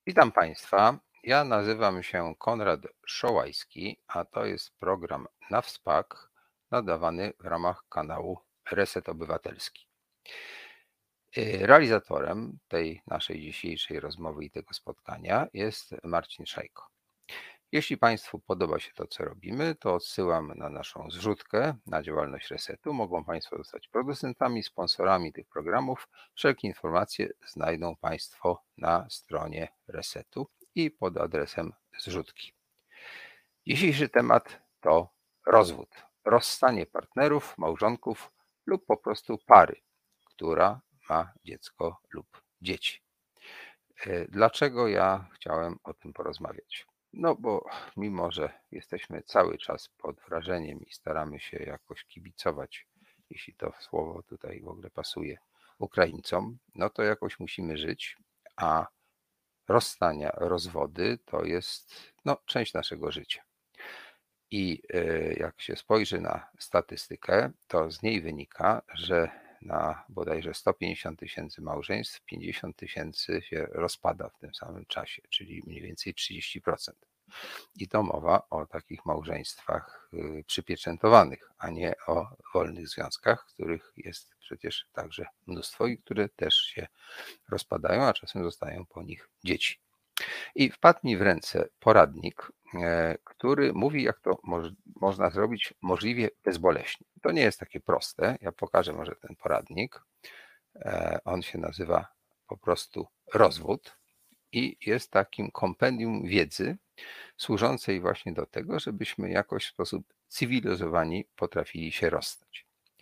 Witam Państwa. Ja nazywam się Konrad Szołajski, a to jest program na WSPAK nadawany w ramach kanału Reset Obywatelski. Realizatorem tej naszej dzisiejszej rozmowy i tego spotkania jest Marcin Szajko. Jeśli Państwu podoba się to, co robimy, to odsyłam na naszą zrzutkę na działalność Resetu. Mogą Państwo zostać producentami, sponsorami tych programów. Wszelkie informacje znajdą Państwo na stronie Resetu i pod adresem zrzutki. Dzisiejszy temat to rozwód, rozstanie partnerów, małżonków lub po prostu pary, która ma dziecko lub dzieci. Dlaczego ja chciałem o tym porozmawiać? No bo mimo, że jesteśmy cały czas pod wrażeniem i staramy się jakoś kibicować, jeśli to słowo tutaj w ogóle pasuje, Ukraińcom, no to jakoś musimy żyć, a rozstania, rozwody to jest część naszego życia. I jak się spojrzy na statystykę, to z niej wynika, że na bodajże 150 000 małżeństw 50 000 się rozpada w tym samym czasie, czyli mniej więcej 30%. I to mowa o takich małżeństwach przypieczętowanych, a nie o wolnych związkach, których jest przecież także mnóstwo i które też się rozpadają, a czasem zostają po nich dzieci. I wpadł mi w ręce poradnik, który mówi, jak to można zrobić możliwie bezboleśnie. To nie jest takie proste. Ja pokażę może ten poradnik. On się nazywa po prostu Rozwód i jest takim kompendium wiedzy służącej właśnie do tego, żebyśmy jakoś w sposób cywilizowani potrafili się rozstać.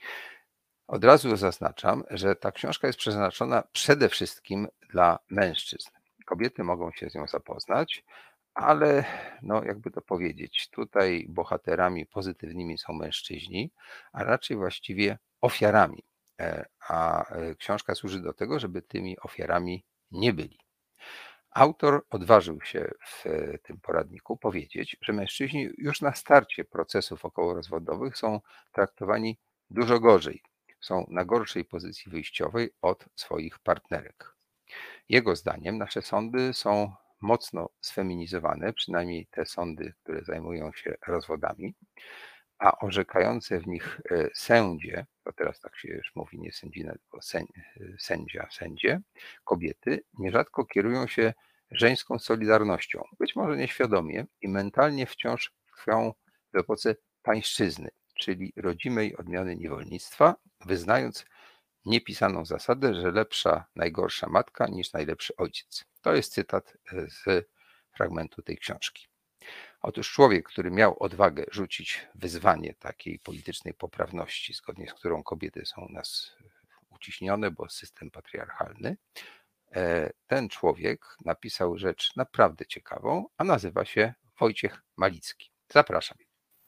Od razu zaznaczam, że ta książka jest przeznaczona przede wszystkim dla mężczyzn. Kobiety mogą się z nią zapoznać, ale jakby to powiedzieć, tutaj bohaterami pozytywnymi są mężczyźni, a raczej właściwie ofiarami. A książka służy do tego, żeby tymi ofiarami nie byli. Autor odważył się w tym poradniku powiedzieć, że mężczyźni już na starcie procesów okołorozwodowych są traktowani dużo gorzej. Są na gorszej pozycji wyjściowej od swoich partnerek. Jego zdaniem nasze sądy są mocno sfeminizowane, przynajmniej te sądy, które zajmują się rozwodami, a orzekające w nich sędzie, to teraz tak się już mówi, nie sędzina, tylko sędzia, sędzie, kobiety, nierzadko kierują się żeńską solidarnością, być może nieświadomie i mentalnie wciąż tkwią w epoce pańszczyzny, czyli rodzimej odmiany niewolnictwa, wyznając niepisaną zasadę, że lepsza najgorsza matka niż najlepszy ojciec. To jest cytat z fragmentu tej książki. Otóż człowiek, który miał odwagę rzucić wyzwanie takiej politycznej poprawności, zgodnie z którą kobiety są u nas uciśnione, bo system patriarchalny, ten człowiek napisał rzecz naprawdę ciekawą, a nazywa się Wojciech Malicki. Zapraszam.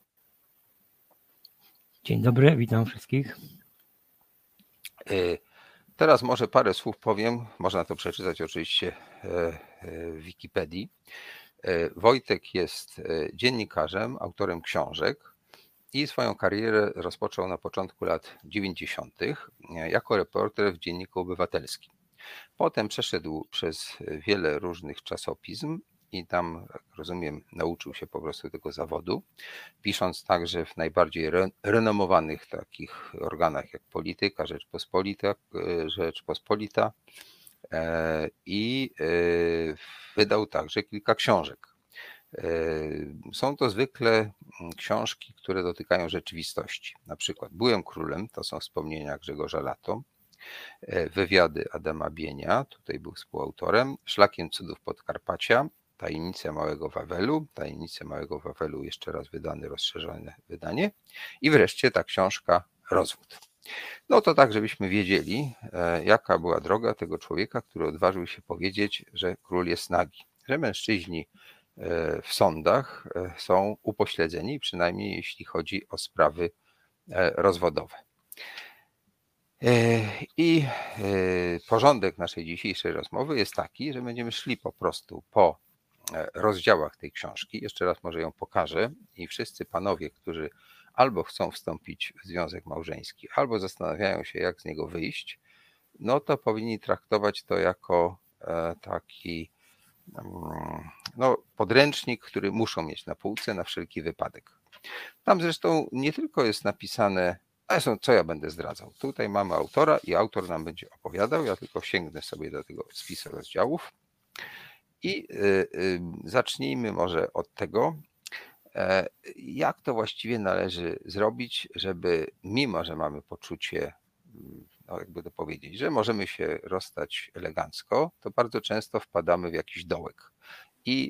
Dzień dobry, witam wszystkich. Teraz może parę słów powiem, można to przeczytać oczywiście w Wikipedii. Wojtek jest dziennikarzem, autorem książek i swoją karierę rozpoczął na początku lat 90. jako reporter w Dzienniku Obywatelskim. Potem przeszedł przez wiele różnych czasopism i tam, jak rozumiem, nauczył się po prostu tego zawodu, pisząc także w najbardziej renomowanych takich organach jak Polityka, Rzeczpospolita i wydał także kilka książek. Są to zwykle książki, które dotykają rzeczywistości. Na przykład Byłem królem, to są wspomnienia Grzegorza Lato, Wywiady Adama Bienia, tutaj był współautorem, Szlakiem cudów Podkarpacia, Tajemnice Małego Wawelu, jeszcze raz wydane, rozszerzone wydanie i wreszcie ta książka Rozwód. No to tak, żebyśmy wiedzieli, jaka była droga tego człowieka, który odważył się powiedzieć, że król jest nagi, że mężczyźni w sądach są upośledzeni, przynajmniej jeśli chodzi o sprawy rozwodowe. I porządek naszej dzisiejszej rozmowy jest taki, że będziemy szli po prostu po rozdziałach tej książki. Jeszcze raz może ją pokażę i wszyscy panowie, którzy albo chcą wstąpić w związek małżeński, albo zastanawiają się, jak z niego wyjść, no to powinni traktować to jako taki podręcznik, który muszą mieć na półce na wszelki wypadek. Tam zresztą nie tylko jest napisane, co ja będę zdradzał. Tutaj mamy autora i autor nam będzie opowiadał, ja tylko sięgnę sobie do tego spisu rozdziałów i zacznijmy może od tego, jak to właściwie należy zrobić, żeby mimo, że mamy poczucie, jakby to powiedzieć, że możemy się rozstać elegancko, to bardzo często wpadamy w jakiś dołek. I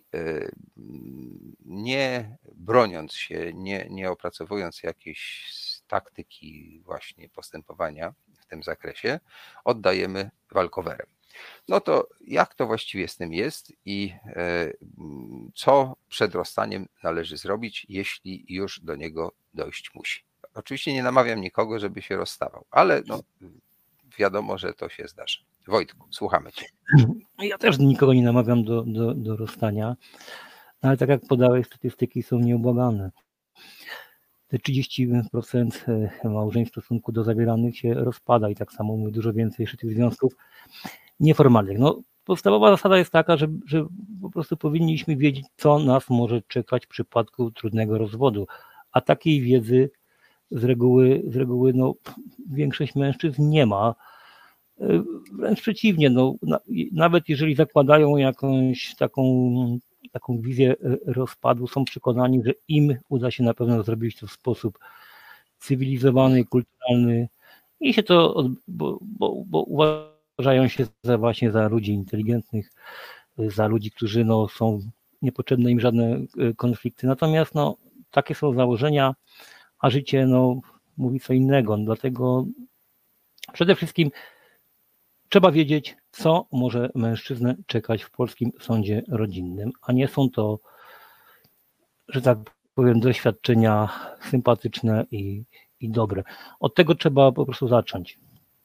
nie broniąc się, nie opracowując jakiejś taktyki właśnie postępowania w tym zakresie, oddajemy walkowerem. No to jak to właściwie z tym jest i co przed rozstaniem należy zrobić, jeśli już do niego dojść musi? Oczywiście nie namawiam nikogo, żeby się rozstawał, ale wiadomo, że to się zdarza. Wojtku, słuchamy Cię. Ja też nikogo nie namawiam do rozstania, ale tak jak podałeś, statystyki są nieubłagane. Te 30% małżeństw w stosunku do zawieranych się rozpada i tak samo mówi dużo więcej jeszcze tych związków nieformalnych. Podstawowa zasada jest taka, że po prostu powinniśmy wiedzieć, co nas może czekać w przypadku trudnego rozwodu, a takiej wiedzy z reguły większość mężczyzn nie ma. Wręcz przeciwnie, nawet jeżeli zakładają jakąś taką wizję rozpadu, są przekonani, że im uda się na pewno zrobić to w sposób cywilizowany, kulturalny i się to, bo uważają się właśnie za ludzi inteligentnych, za ludzi, którzy są niepotrzebne im żadne konflikty. Natomiast takie są założenia, a życie mówi co innego. Dlatego przede wszystkim trzeba wiedzieć, co może mężczyznę czekać w polskim sądzie rodzinnym, a nie są to, że tak powiem, doświadczenia sympatyczne i dobre. Od tego trzeba po prostu zacząć.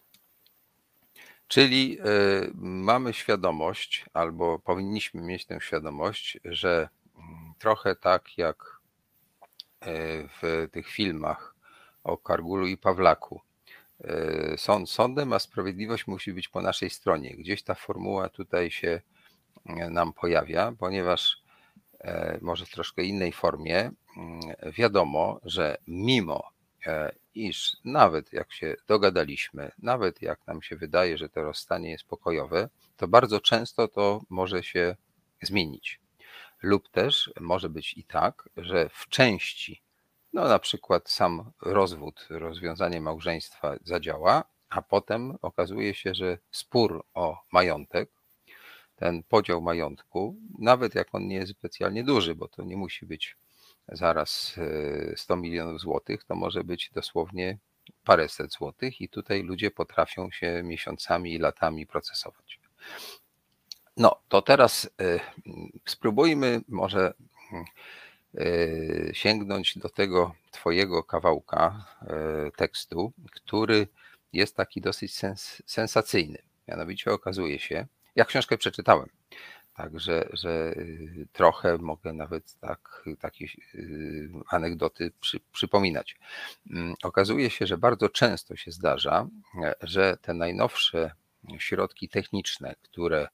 Czyli mamy świadomość, albo powinniśmy mieć tę świadomość, że trochę tak jak w tych filmach o Kargulu i Pawlaku, sąd sądem, a sprawiedliwość musi być po naszej stronie. Gdzieś ta formuła tutaj się nam pojawia, ponieważ może w troszkę innej formie wiadomo, że mimo iż nawet jak się dogadaliśmy, nawet jak nam się wydaje, że to rozstanie jest pokojowe, to bardzo często to może się zmienić. Lub też może być i tak, że w części, na przykład sam rozwód, rozwiązanie małżeństwa zadziała, a potem okazuje się, że spór o majątek, ten podział majątku, nawet jak on nie jest specjalnie duży, bo to nie musi być zaraz 100 milionów złotych, to może być dosłownie paręset złotych i tutaj ludzie potrafią się miesiącami i latami procesować. To teraz spróbujmy może sięgnąć do tego twojego kawałka tekstu, który jest taki dosyć sensacyjny. Mianowicie okazuje się, ja książkę przeczytałem, także że trochę mogę nawet takie anegdoty przypominać. Okazuje się, że bardzo często się zdarza, że te najnowsze środki techniczne, które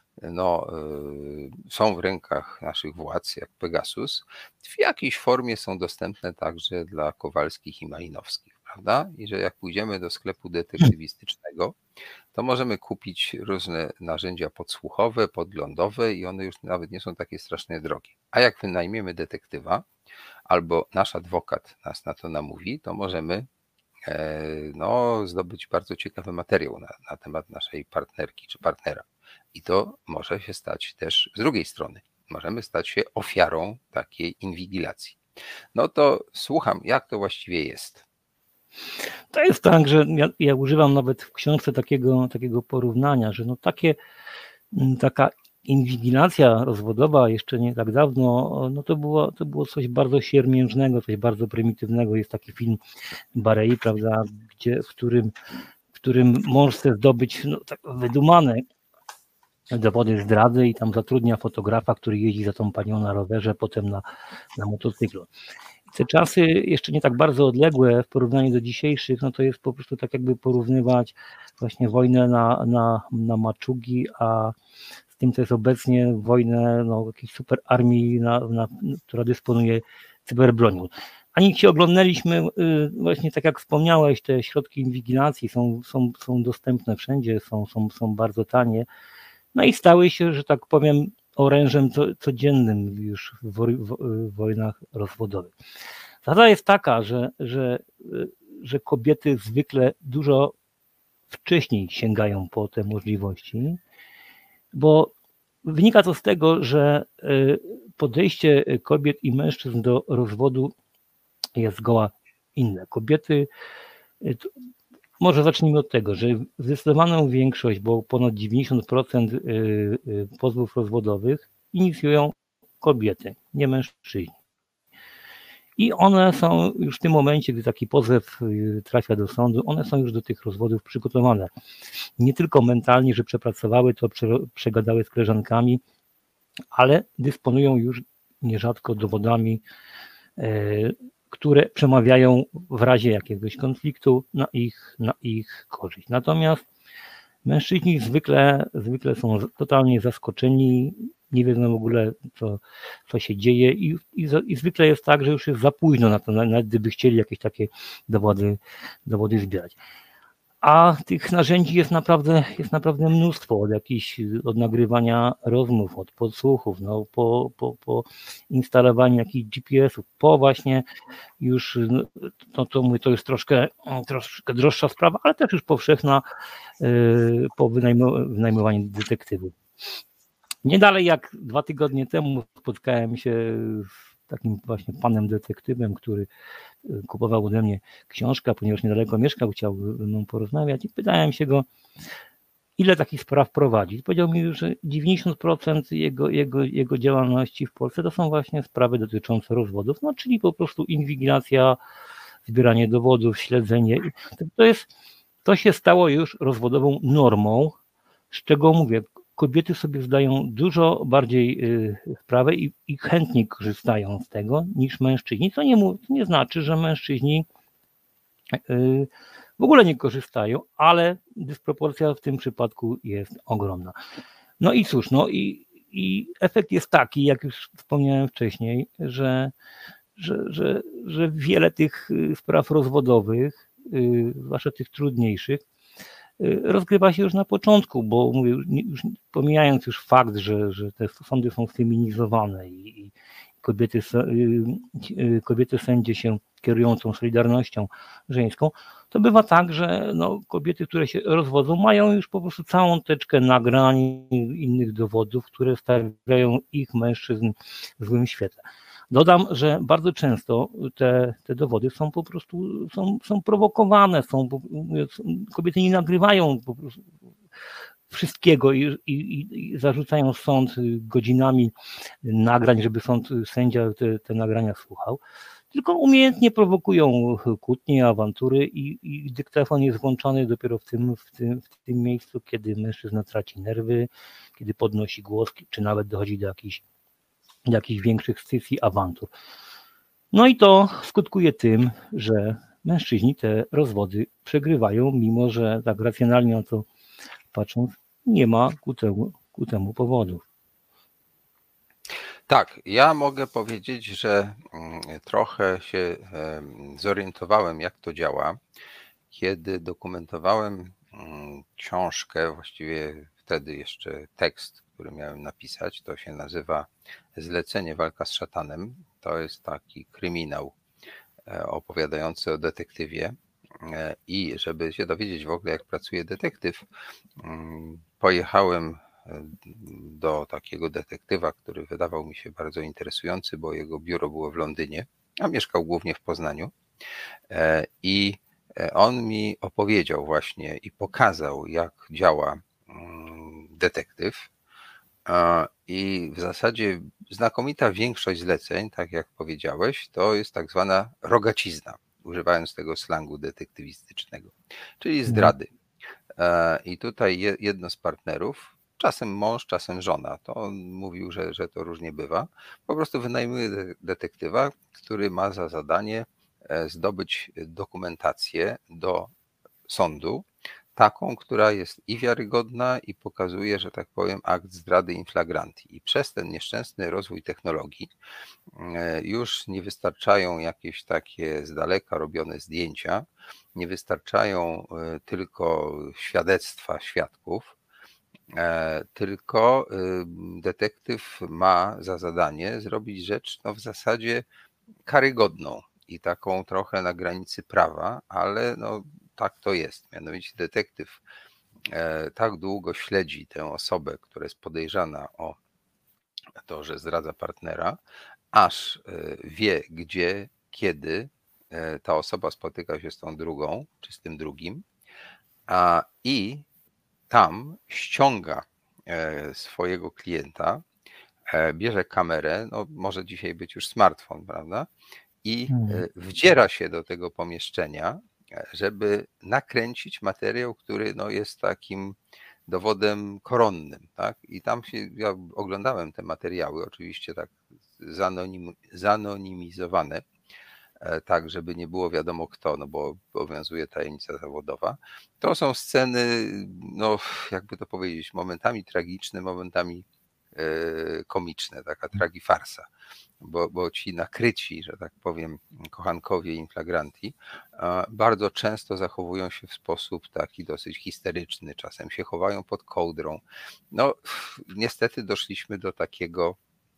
są w rękach naszych władz, jak Pegasus, w jakiejś formie są dostępne także dla Kowalskich i Malinowskich, prawda? I że jak pójdziemy do sklepu detektywistycznego, to możemy kupić różne narzędzia podsłuchowe, podglądowe i one już nawet nie są takie strasznie drogie. A jak wynajmiemy detektywa albo nasz adwokat nas na to namówi, to możemy zdobyć bardzo ciekawy materiał na temat naszej partnerki czy partnera. I to może się stać też z drugiej strony. Możemy stać się ofiarą takiej inwigilacji. To słucham, jak to właściwie jest. To jest tak, że ja używam nawet w książce takiego porównania, że taka inwigilacja rozwodowa jeszcze nie tak dawno, to było coś bardzo siermiężnego, coś bardzo prymitywnego. Jest taki film Barei, prawda, w którym mąż chce zdobyć tak wydumane dowody zdrady i tam zatrudnia fotografa, który jeździ za tą panią na rowerze, potem na motocyklu. Te czasy jeszcze nie tak bardzo odległe w porównaniu do dzisiejszych, to jest po prostu tak jakby porównywać właśnie wojnę na maczugi, a tym, co jest obecnie, wojnę jakiejś super armii, która dysponuje cyberbronią. Ani ci oglądaliśmy, właśnie tak jak wspomniałeś, te środki inwigilacji są dostępne wszędzie, są bardzo tanie, no i stały się, że tak powiem, orężem codziennym już w wojnach rozwodowych. Zasada jest taka, że kobiety zwykle dużo wcześniej sięgają po te możliwości, bo wynika to z tego, że podejście kobiet i mężczyzn do rozwodu jest zgoła inne. Kobiety, może zacznijmy od tego, że zdecydowaną większość, bo ponad 90% pozwów rozwodowych inicjują kobiety, nie mężczyźni. I one są już w tym momencie, gdy taki pozew trafia do sądu, one są już do tych rozwodów przygotowane. Nie tylko mentalnie, że przepracowały to, przegadały z koleżankami, ale dysponują już nierzadko dowodami, które przemawiają w razie jakiegoś konfliktu na ich korzyść. Natomiast mężczyźni zwykle są totalnie zaskoczeni, nie wiedzą w ogóle, co się dzieje i zwykle jest tak, że już jest za późno na to, nawet gdyby chcieli jakieś takie dowody zbierać. A tych narzędzi jest naprawdę mnóstwo, od nagrywania rozmów, od podsłuchów, po instalowaniu jakichś GPS-ów, po właśnie już, to jest troszkę droższa sprawa, ale też już powszechna, po wynajmowaniu detektywów. Nie dalej jak 2 tygodnie temu spotkałem się z takim właśnie panem detektywem, który kupował ode mnie książkę, ponieważ niedaleko mieszkał, chciał ze mną porozmawiać i pytałem się go, ile takich spraw prowadzi. Powiedział mi, że 90% jego działalności w Polsce to są właśnie sprawy dotyczące rozwodów, czyli po prostu inwigilacja, zbieranie dowodów, śledzenie. To się stało już rozwodową normą, z czego mówię, kobiety sobie zdają dużo bardziej sprawę i chętniej korzystają z tego niż mężczyźni, co nie znaczy, że mężczyźni w ogóle nie korzystają, ale dysproporcja w tym przypadku jest ogromna. No i cóż, i efekt jest taki, jak już wspomniałem wcześniej, że wiele tych spraw rozwodowych, zwłaszcza tych trudniejszych, rozgrywa się już na początku, bo mówię, już pomijając już fakt, że te sądy są feminizowane i kobiety sędzie się kierują tą solidarnością żeńską, to bywa tak, że kobiety, które się rozwodzą, mają już po prostu całą teczkę nagrań, innych dowodów, które stawiają ich mężczyzn w złym świetle. Dodam, że bardzo często te dowody są po prostu są prowokowane, kobiety nie nagrywają po prostu wszystkiego i zarzucają sąd godzinami nagrań, żeby sędzia te nagrania słuchał, tylko umiejętnie prowokują kłótnie, awantury i dyktafon jest włączony dopiero w tym miejscu, kiedy mężczyzna traci nerwy, kiedy podnosi głos, czy nawet dochodzi do jakichś większych scysji, awantur. No i to skutkuje tym, że mężczyźni te rozwody przegrywają, mimo że tak racjonalnie na to patrząc, nie ma ku temu powodów. Tak, ja mogę powiedzieć, że trochę się zorientowałem, jak to działa, kiedy dokumentowałem książkę, właściwie wtedy jeszcze tekst, który miałem napisać. To się nazywa Zlecenie walka z szatanem. To jest taki kryminał opowiadający o detektywie. I żeby się dowiedzieć w ogóle, jak pracuje detektyw, pojechałem do takiego detektywa, który wydawał mi się bardzo interesujący, bo jego biuro było w Londynie, a mieszkał głównie w Poznaniu. I on mi opowiedział właśnie i pokazał, jak działa detektyw. I w zasadzie znakomita większość zleceń, tak jak powiedziałeś, to jest tak zwana rogacizna, używając tego slangu detektywistycznego, czyli zdrady. I tutaj jedno z partnerów, czasem mąż, czasem żona, to on mówił, że to różnie bywa, po prostu wynajmuje detektywa, który ma za zadanie zdobyć dokumentację do sądu taką, która jest i wiarygodna i pokazuje, że tak powiem, akt zdrady in flagranti. I przez ten nieszczęsny rozwój technologii już nie wystarczają jakieś takie z daleka robione zdjęcia, nie wystarczają tylko świadectwa świadków, tylko detektyw ma za zadanie zrobić rzecz w zasadzie karygodną i taką trochę na granicy prawa, ale tak to jest. Mianowicie detektyw tak długo śledzi tę osobę, która jest podejrzana o to, że zdradza partnera, aż wie, gdzie, kiedy ta osoba spotyka się z tą drugą, czy z tym drugim, i tam ściąga swojego klienta, bierze kamerę, może dzisiaj być już smartfon, prawda? I wdziera się do tego pomieszczenia, żeby nakręcić materiał, który jest takim dowodem koronnym, tak? I tam ja oglądałem te materiały, oczywiście tak zanonimizowane, tak, żeby nie było wiadomo kto, bo obowiązuje tajemnica zawodowa. To są sceny, jakby to powiedzieć, momentami tragiczne, momentami komiczne, taka tragifarsa, bo ci nakryci, że tak powiem, kochankowie in flagranti bardzo często zachowują się w sposób taki dosyć histeryczny, czasem się chowają pod kołdrą. Niestety doszliśmy do takiego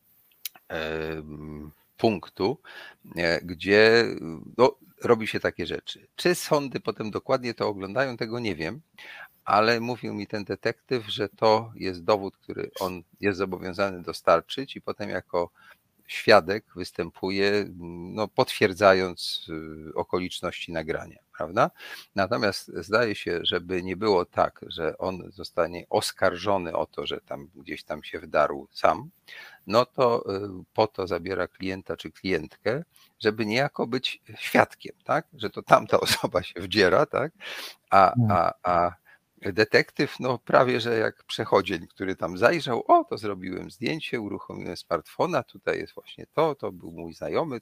punktu, gdzie robi się takie rzeczy. Czy sądy potem dokładnie to oglądają, tego nie wiem, ale mówił mi ten detektyw, że to jest dowód, który on jest zobowiązany dostarczyć i potem jako świadek występuje, potwierdzając okoliczności nagrania, prawda? Natomiast zdaje się, żeby nie było tak, że on zostanie oskarżony o to, że tam gdzieś tam się wdarł sam, to po to zabiera klienta czy klientkę, żeby niejako być świadkiem, tak? Że to tamta osoba się wdziera, tak? A detektyw, prawie że jak przechodzień, który tam zajrzał, to zrobiłem zdjęcie, uruchomiłem smartfona, tutaj jest właśnie to był mój znajomy,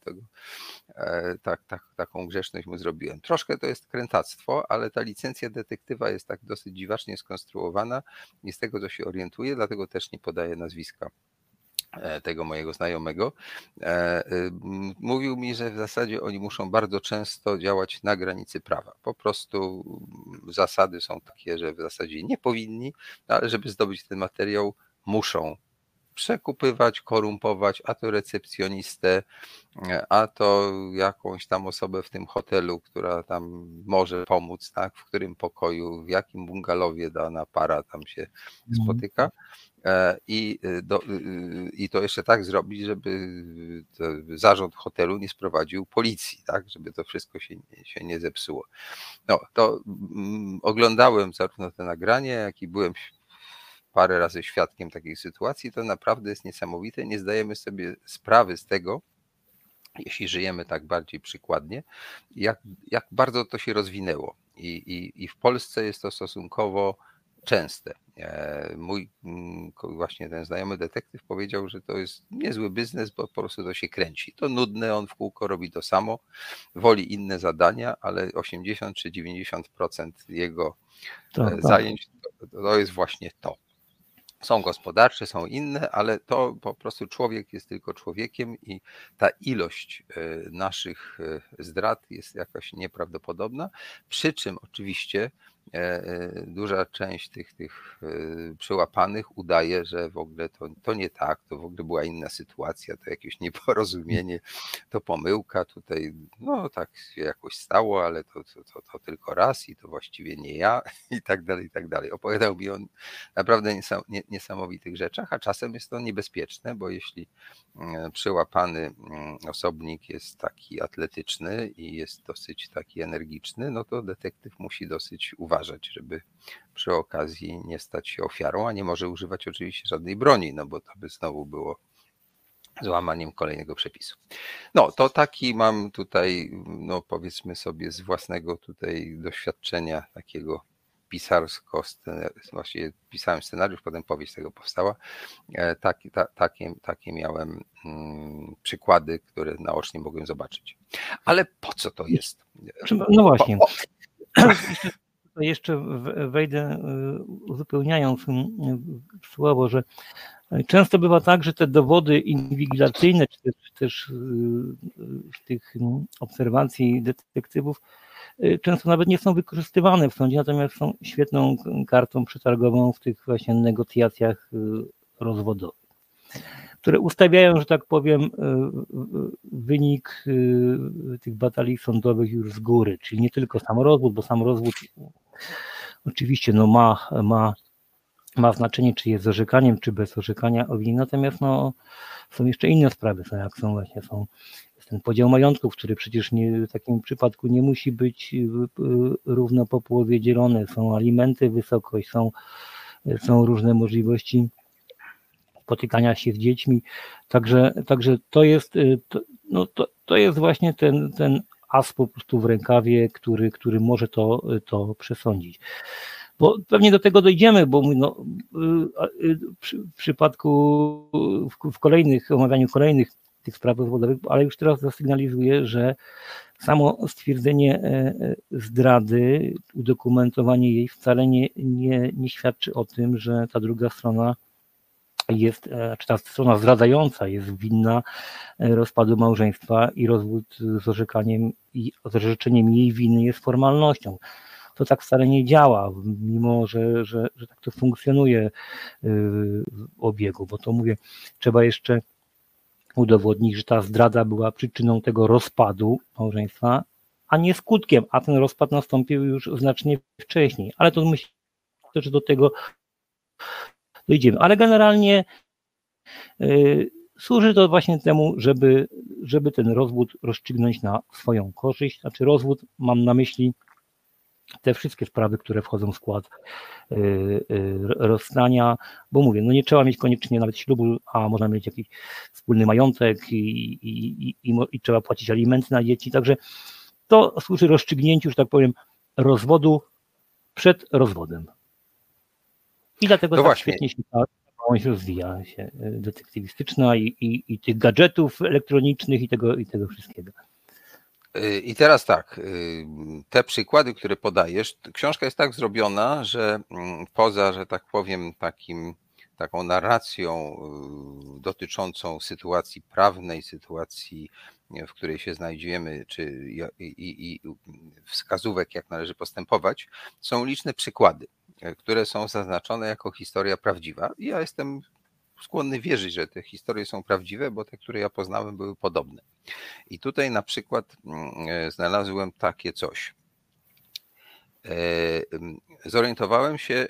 taką grzeczność mu zrobiłem. Troszkę to jest krętactwo, ale ta licencja detektywa jest tak dosyć dziwacznie skonstruowana i z tego co się orientuję, dlatego też nie podaję nazwiska tego mojego znajomego, mówił mi, że w zasadzie oni muszą bardzo często działać na granicy prawa. Po prostu zasady są takie, że w zasadzie nie powinni, ale żeby zdobyć ten materiał, muszą przekupywać, korumpować, a to recepcjonistę, a to jakąś tam osobę w tym hotelu, która tam może pomóc, tak, w którym pokoju, w jakim bungalowie dana para tam się spotyka. I to jeszcze tak zrobić, żeby zarząd hotelu nie sprowadził policji, tak, żeby to wszystko się nie zepsuło. To oglądałem zarówno to nagranie, jak i byłem parę razy świadkiem takiej sytuacji. To naprawdę jest niesamowite. Nie zdajemy sobie sprawy z tego, jeśli żyjemy tak bardziej przykładnie, jak bardzo to się rozwinęło. I w Polsce jest to stosunkowo częste. Mój właśnie ten znajomy detektyw powiedział, że to jest niezły biznes, bo po prostu to się kręci. To nudne, on w kółko robi to samo, woli inne zadania, ale 80 czy 90% jego zajęć to jest właśnie to. Są gospodarcze, są inne, ale to po prostu człowiek jest tylko człowiekiem i ta ilość naszych zdrad jest jakaś nieprawdopodobna, przy czym oczywiście duża część tych przyłapanych udaje, że w ogóle to nie tak, to w ogóle była inna sytuacja, to jakieś nieporozumienie, to pomyłka tutaj, tak się jakoś stało, ale to tylko raz i to właściwie nie ja i tak dalej, i tak dalej. Opowiadał mi on naprawdę niesamowitych rzeczach, a czasem jest to niebezpieczne, bo jeśli przyłapany osobnik jest taki atletyczny i jest dosyć taki energiczny, to detektyw musi dosyć uważać, żeby przy okazji nie stać się ofiarą, a nie może używać oczywiście żadnej broni, bo to by znowu było złamaniem kolejnego przepisu. To taki mam tutaj, powiedzmy sobie z własnego tutaj doświadczenia takiego pisarsko, właściwie pisałem scenariusz, potem powieść z tego powstała. Takie miałem przykłady, które naocznie mogłem zobaczyć. Ale po co to jest? No właśnie. tutaj jeszcze wejdę, uzupełniając słowo, że często bywa tak, że te dowody inwigilacyjne, czy też tych obserwacji detektywów często nawet nie są wykorzystywane w sądzie, natomiast są świetną kartą przetargową w tych właśnie negocjacjach rozwodowych, które ustawiają, że tak powiem, wynik tych batalii sądowych już z góry, czyli nie tylko sam rozwód, bo sam rozwód oczywiście ma znaczenie, czy jest z orzekaniem, czy bez orzekania o winie, natomiast są jeszcze inne sprawy, jest ten podział majątków, który przecież w takim przypadku nie musi być równo po połowie dzielony, są alimenty, wysokość, są różne możliwości spotykania się z dziećmi, także to jest właśnie ten as po prostu w rękawie, który może to przesądzić. Bo pewnie do tego dojdziemy, bo w przypadku w omawianiu kolejnych tych spraw rozwodowych, ale już teraz zasygnalizuję, że samo stwierdzenie zdrady, udokumentowanie jej wcale nie świadczy o tym, że ta druga strona czy ta strona zdradzająca jest winna rozpadu małżeństwa i rozwód z orzekaniem i z orzeczeniem jej winy jest formalnością. To tak wcale nie działa, mimo że tak to funkcjonuje w obiegu, bo to mówię, trzeba jeszcze udowodnić, że ta zdrada była przyczyną tego rozpadu małżeństwa, a nie skutkiem, a ten rozpad nastąpił już znacznie wcześniej, ale to myślę, że do tego dojdziemy, ale generalnie służy to właśnie temu, żeby ten rozwód rozstrzygnąć na swoją korzyść, znaczy rozwód, mam na myśli te wszystkie sprawy, które wchodzą w skład rozstania, bo mówię, nie trzeba mieć koniecznie nawet ślubu, a można mieć jakiś wspólny majątek i trzeba płacić alimenty na dzieci, także to służy rozstrzygnięciu, że tak powiem, rozwodu przed rozwodem. I dlatego tak właśnie świetnie się ta gałąź rozwija się detektywistyczna i tych gadżetów elektronicznych i tego wszystkiego. I teraz tak, te przykłady, które podajesz, książka jest tak zrobiona, że poza, że tak powiem, taką narracją dotyczącą sytuacji prawnej, sytuacji, w której się znajdziemy, i wskazówek, jak należy postępować, są liczne przykłady, które są zaznaczone jako historia prawdziwa. I ja jestem skłonny wierzyć, że te historie są prawdziwe, bo te, które ja poznałem, były podobne. I tutaj na przykład znalazłem takie coś. Zorientowałem się,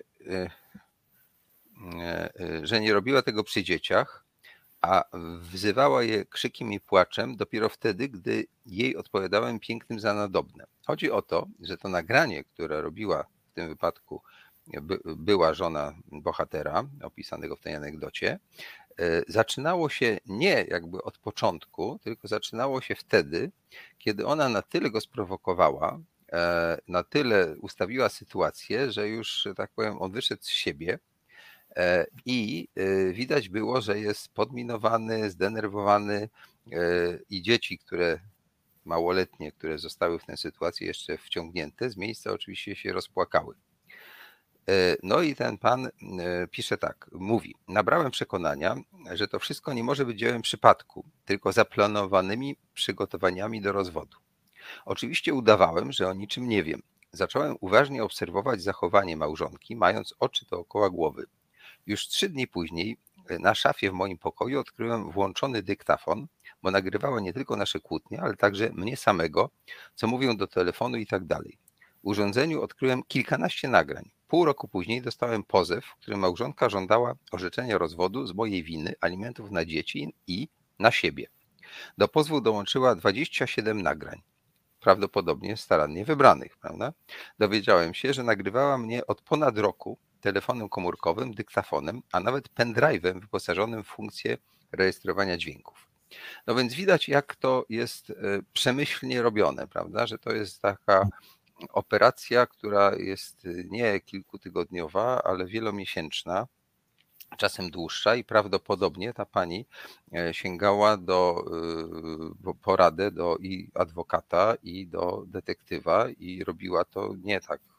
że nie robiła tego przy dzieciach, a wzywała je krzykiem i płaczem dopiero wtedy, gdy jej odpowiadałem pięknym za nadobne. Chodzi o to, że to nagranie, które robiła w tym wypadku była żona bohatera opisanego w tej anegdocie, zaczynało się nie jakby od początku, tylko zaczynało się wtedy, kiedy ona na tyle go sprowokowała, na tyle ustawiła sytuację, że już, że tak powiem, on wyszedł z siebie i widać było, że jest podminowany, zdenerwowany i dzieci, małoletnie, które zostały w tę sytuację jeszcze wciągnięte, z miejsca oczywiście się rozpłakały. No i ten pan pisze tak, mówi: nabrałem przekonania, że to wszystko nie może być dziełem przypadku, tylko zaplanowanymi przygotowaniami do rozwodu. Oczywiście udawałem, że o niczym nie wiem. Zacząłem uważnie obserwować zachowanie małżonki, mając oczy dookoła głowy. Już 3 dni później na szafie w moim pokoju odkryłem włączony dyktafon, bo nagrywała nie tylko nasze kłótnie, ale także mnie samego, co mówią do telefonu i tak dalej. W urządzeniu odkryłem kilkanaście nagrań. Pół roku później dostałem pozew, w którym małżonka żądała orzeczenia rozwodu z mojej winy, alimentów na dzieci i na siebie. Do pozwu dołączyła 27 nagrań, prawdopodobnie starannie wybranych, prawda? Dowiedziałem się, że nagrywała mnie od ponad roku telefonem komórkowym, dyktafonem, a nawet pendrive'em wyposażonym w funkcję rejestrowania dźwięków. No więc widać, jak to jest przemyślnie robione, prawda? Że to jest taka operacja, która jest nie kilkutygodniowa, ale wielomiesięczna, czasem dłuższa i prawdopodobnie ta pani sięgała po radę do i adwokata, i do detektywa i robiła to nie tak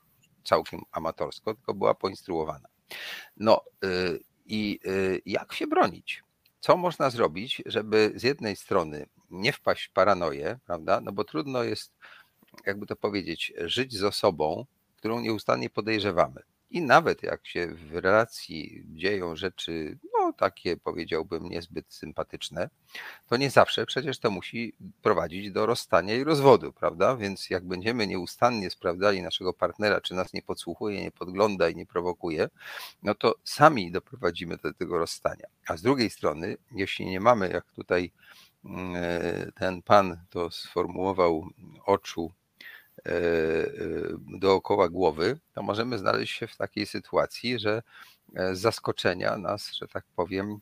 całkiem amatorsko, tylko była poinstruowana. No i jak się bronić? Co można zrobić, żeby z jednej strony nie wpaść w paranoję, prawda? No bo trudno jest, jakby to powiedzieć, żyć z osobą, którą nieustannie podejrzewamy. I nawet jak się w relacji dzieją rzeczy, no takie powiedziałbym niezbyt sympatyczne, to nie zawsze przecież to musi prowadzić do rozstania i rozwodu, prawda? Więc jak będziemy nieustannie sprawdzali naszego partnera, czy nas nie podsłuchuje, nie podgląda i nie prowokuje, no to sami doprowadzimy do tego rozstania. A z drugiej strony, jeśli nie mamy, jak tutaj ten pan to sformułował, oczu dookoła głowy, to możemy znaleźć się w takiej sytuacji, że z zaskoczenia nas, że tak powiem,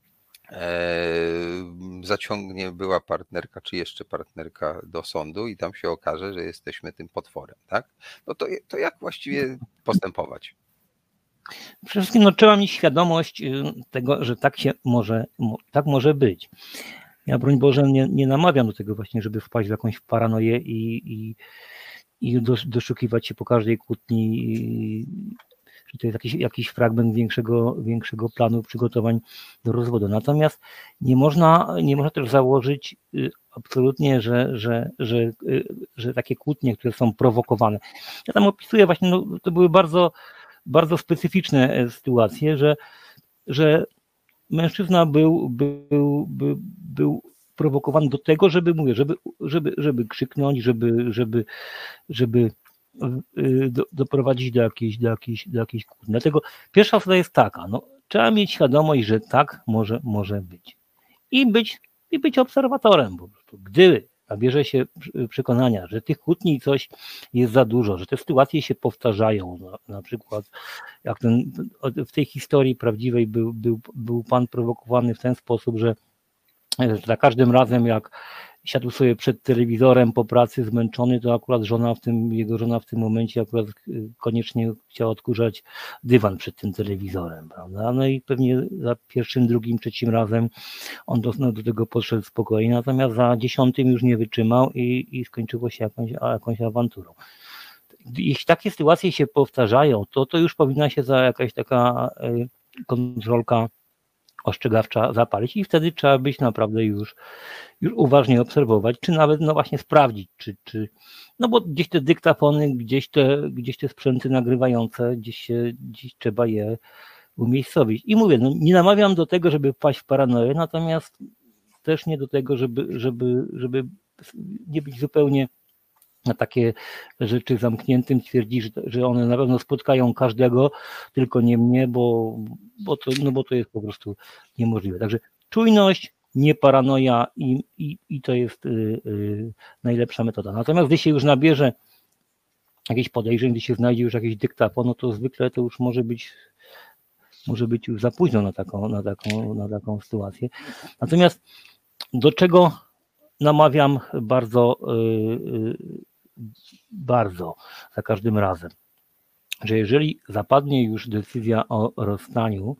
zaciągnie była partnerka, czy jeszcze partnerka do sądu i tam się okaże, że jesteśmy tym potworem, tak? No to jak właściwie postępować? Przede wszystkim no, trzeba mieć świadomość tego, że tak może być. Ja broń Boże nie namawiam do tego właśnie, żeby wpaść w jakąś paranoję i doszukiwać się po każdej kłótni, że to jest jakiś fragment większego planu przygotowań do rozwodu. Natomiast nie można też założyć absolutnie, że takie kłótnie, które są prowokowane. Ja tam opisuję właśnie, no, to były bardzo, bardzo specyficzne sytuacje, że mężczyzna był prowokowany do tego, żeby krzyknąć, żeby doprowadzić do jakiejś kłótni. Dlatego pierwsza zasada jest taka, no, trzeba mieć świadomość, że tak może być. I być obserwatorem po prostu. Gdy nabierze się przekonania, że tych kłótni coś jest za dużo, że te sytuacje się powtarzają, na przykład jak w tej historii prawdziwej był pan prowokowany w ten sposób, że za każdym razem jak siadł sobie przed telewizorem po pracy zmęczony, to akurat jego żona w tym momencie akurat koniecznie chciała odkurzać dywan przed tym telewizorem, prawda? No i pewnie za pierwszym, drugim, trzecim razem on do tego podszedł spokojnie, natomiast za 10 już nie wytrzymał i skończyło się jakąś awanturą. Jeśli takie sytuacje się powtarzają, to już powinna się za jakaś taka kontrolka ostrzegawcza zapalić i wtedy trzeba być naprawdę już uważnie obserwować, czy nawet no właśnie sprawdzić, czy no bo gdzieś te dyktafony, gdzieś te sprzęty nagrywające, gdzieś trzeba je umiejscowić. I mówię, no nie namawiam do tego, żeby wpaść w paranoję, natomiast też nie do tego, żeby nie być zupełnie na takie rzeczy zamkniętym, twierdzi, że one na pewno spotkają każdego, tylko nie mnie, bo to jest po prostu niemożliwe. Także czujność, nie paranoja i to jest najlepsza metoda. Natomiast gdy się już nabierze jakichś podejrzeń, gdy się znajdzie już jakiś dyktafon, no to zwykle to już może być już za późno na taką sytuację. Natomiast do czego namawiam bardzo za każdym razem, że jeżeli zapadnie już decyzja o rozstaniu,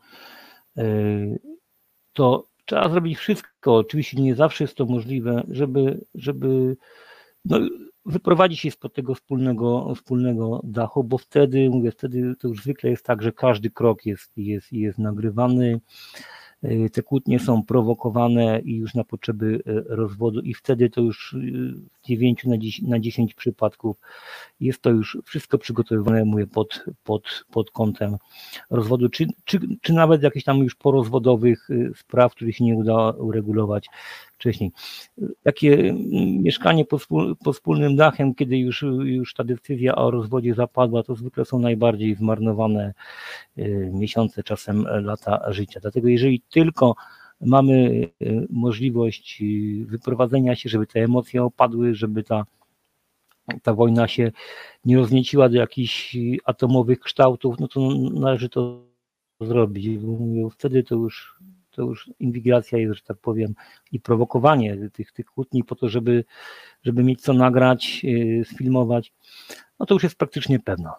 to trzeba zrobić wszystko, oczywiście nie zawsze jest to możliwe, żeby no, wyprowadzić się spod tego wspólnego dachu, bo wtedy to już zwykle jest tak, że każdy krok jest nagrywany, te kłótnie są prowokowane i już na potrzeby rozwodu i wtedy to już w 9 na 10 przypadków jest to już wszystko przygotowywane, mówię, pod kątem rozwodu, czy nawet jakichś tam już porozwodowych spraw, których się nie uda uregulować wcześniej. Takie mieszkanie pod wspólnym dachem, kiedy już ta decyzja o rozwodzie zapadła, to zwykle są najbardziej zmarnowane miesiące, czasem lata życia. Dlatego jeżeli tylko mamy możliwość wyprowadzenia się, żeby te emocje opadły, żeby ta wojna się nie roznieciła do jakichś atomowych kształtów, no to należy to zrobić. Wtedy to już inwigilacja jest, że tak powiem, i prowokowanie tych kłótni po to, żeby mieć co nagrać, sfilmować, no to już jest praktycznie pewna.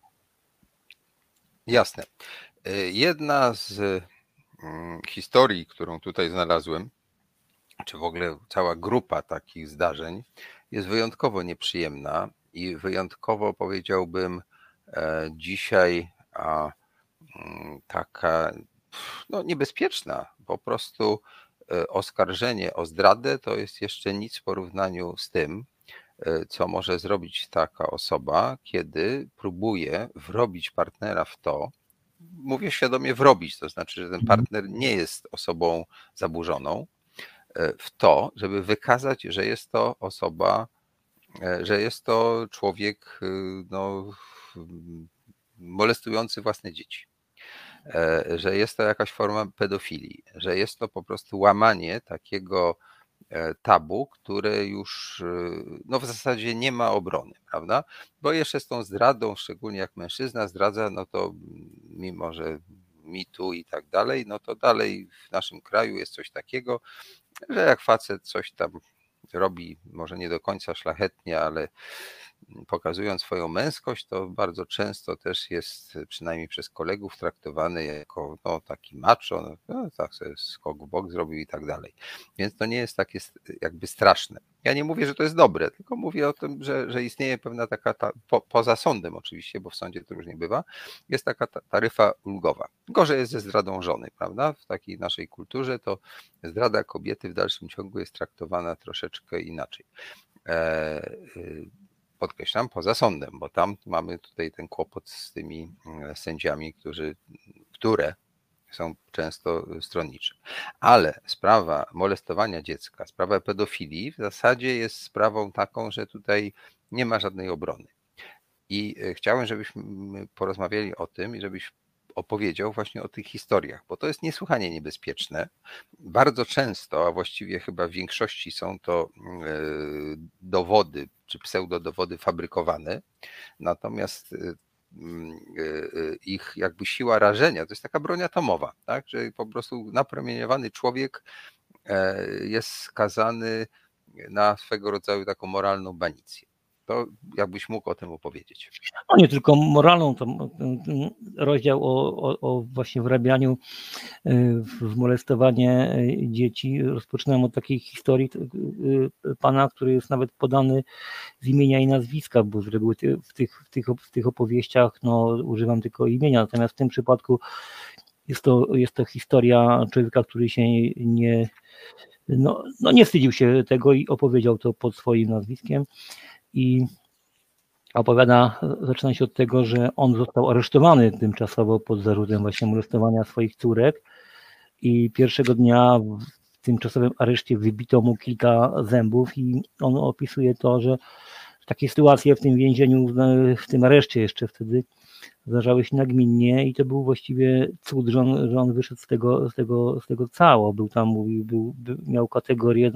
Jasne. Jedna z historii, którą tutaj znalazłem, czy w ogóle cała grupa takich zdarzeń jest wyjątkowo nieprzyjemna i wyjątkowo, powiedziałbym, dzisiaj taka niebezpieczna. Po prostu oskarżenie o zdradę to jest jeszcze nic w porównaniu z tym, co może zrobić taka osoba, kiedy próbuje wrobić partnera w to, mówię świadomie wrobić, to znaczy, że ten partner nie jest osobą zaburzoną, w to, żeby wykazać, że jest to osoba, że jest to człowiek molestujący własne dzieci, że jest to jakaś forma pedofilii, że jest to po prostu łamanie takiego tabu, które już w zasadzie nie ma obrony, prawda? Bo jeszcze z tą zdradą, szczególnie jak mężczyzna zdradza, no to mimo, że mitu i tak dalej, no to dalej w naszym kraju jest coś takiego, że jak facet coś tam robi, może nie do końca szlachetnie, ale pokazując swoją męskość, to bardzo często też jest, przynajmniej przez kolegów, traktowany jako taki macho, tak sobie skok w bok zrobił i tak dalej. Więc to nie jest takie jakby straszne. Ja nie mówię, że to jest dobre, tylko mówię o tym, że istnieje pewna taka, poza sądem oczywiście, bo w sądzie to różnie bywa, jest taka taryfa ulgowa. Gorzej jest ze zdradą żony, prawda? W takiej naszej kulturze to zdrada kobiety w dalszym ciągu jest traktowana troszeczkę inaczej. Podkreślam, poza sądem, bo tam mamy tutaj ten kłopot z tymi sędziami, które są często stronnicze. Ale sprawa molestowania dziecka, sprawa pedofilii w zasadzie jest sprawą taką, że tutaj nie ma żadnej obrony. I chciałem, żebyśmy porozmawiali o tym i żebyś opowiedział właśnie o tych historiach, bo to jest niesłychanie niebezpieczne. Bardzo często, a właściwie chyba w większości są to dowody czy pseudodowody fabrykowane, natomiast ich jakby siła rażenia to jest taka broń atomowa, tak? Że po prostu napromieniowany człowiek jest skazany na swego rodzaju taką moralną banicję. To jakbyś mógł o tym opowiedzieć. No nie tylko moralną, to rozdział o właśnie wrabianiu w molestowanie dzieci. Rozpoczynam od takiej historii pana, który jest nawet podany z imienia i nazwiska, bo z reguły w tych opowieściach używam tylko imienia, natomiast w tym przypadku jest to historia człowieka, który się nie wstydził się tego i opowiedział to pod swoim nazwiskiem. I zaczyna się od tego, że on został aresztowany tymczasowo pod zarzutem właśnie molestowania swoich córek i pierwszego dnia w tymczasowym areszcie wybito mu kilka zębów i on opisuje to, że takie sytuacje w tym więzieniu, w tym areszcie jeszcze wtedy zdarzały się nagminnie i to był właściwie cud, że on wyszedł z tego cało. Był tam, miał kategorię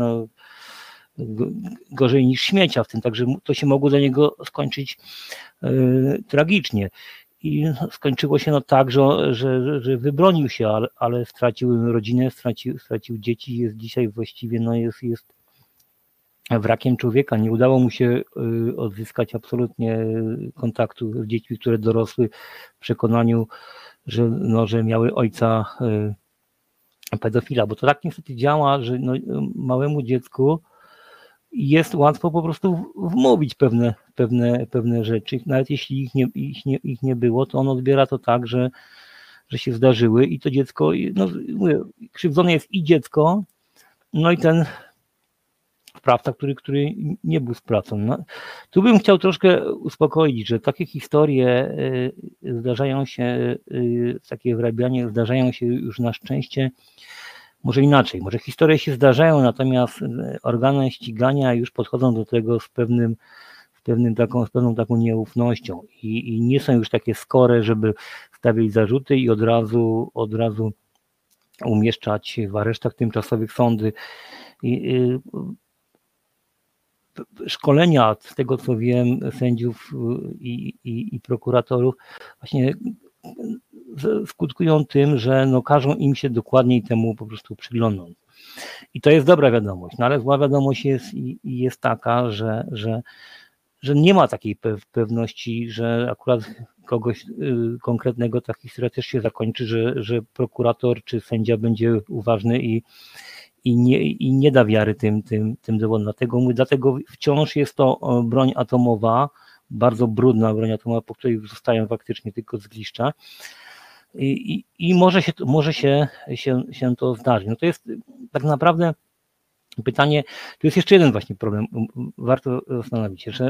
gorzej niż śmiecia w tym, także to się mogło dla niego skończyć tragicznie. I skończyło się tak, że wybronił się, ale stracił rodzinę, stracił dzieci, jest dzisiaj właściwie jest wrakiem człowieka. Nie udało mu się odzyskać absolutnie kontaktu z dziećmi, które dorosły w przekonaniu, że miały ojca pedofila, bo to tak niestety działa, że małemu dziecku jest łatwo po prostu wmówić pewne rzeczy. Nawet jeśli ich nie było, to on odbiera to tak, że się zdarzyły i to dziecko, krzywdzone jest i dziecko, i ten sprawca, który nie był sprawcą. Tu bym chciał troszkę uspokoić, że takie historie zdarzają się, takie wrabianie zdarzają się już na szczęście. Może inaczej, może historie się zdarzają, natomiast organy ścigania już podchodzą do tego z pewną taką nieufnością i nie są już takie skore, żeby stawiać zarzuty i od razu umieszczać w aresztach tymczasowych sądy. Szkolenia, z tego co wiem, sędziów i prokuratorów właśnie skutkują tym, że każą im się dokładniej temu po prostu przyglądnąć. I to jest dobra wiadomość, ale zła wiadomość jest taka, że nie ma takiej pewności, że akurat kogoś konkretnego ta historia też się zakończy, że prokurator czy sędzia będzie uważny i nie da wiary tym dowodom. Dlatego wciąż jest to broń atomowa, bardzo brudna broń atomowa, po której zostają faktycznie tylko zgliszcza. I może się to zdarzyć. No to jest tak naprawdę pytanie, tu jest jeszcze jeden właśnie problem, warto zastanowić się,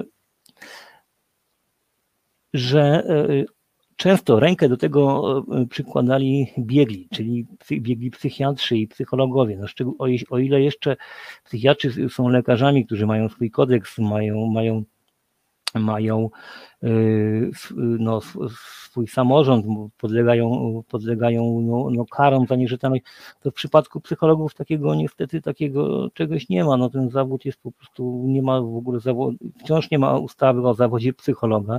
że często rękę do tego przykładali biegli, czyli biegli psychiatrzy i psychologowie. No, o ile jeszcze psychiatrzy są lekarzami, którzy mają swój kodeks, mają no, swój samorząd, podlegają karom za nierzetelność, to w przypadku psychologów niestety takiego czegoś nie ma. No, ten zawód jest po prostu, nie ma w ogóle wciąż nie ma ustawy o zawodzie psychologa.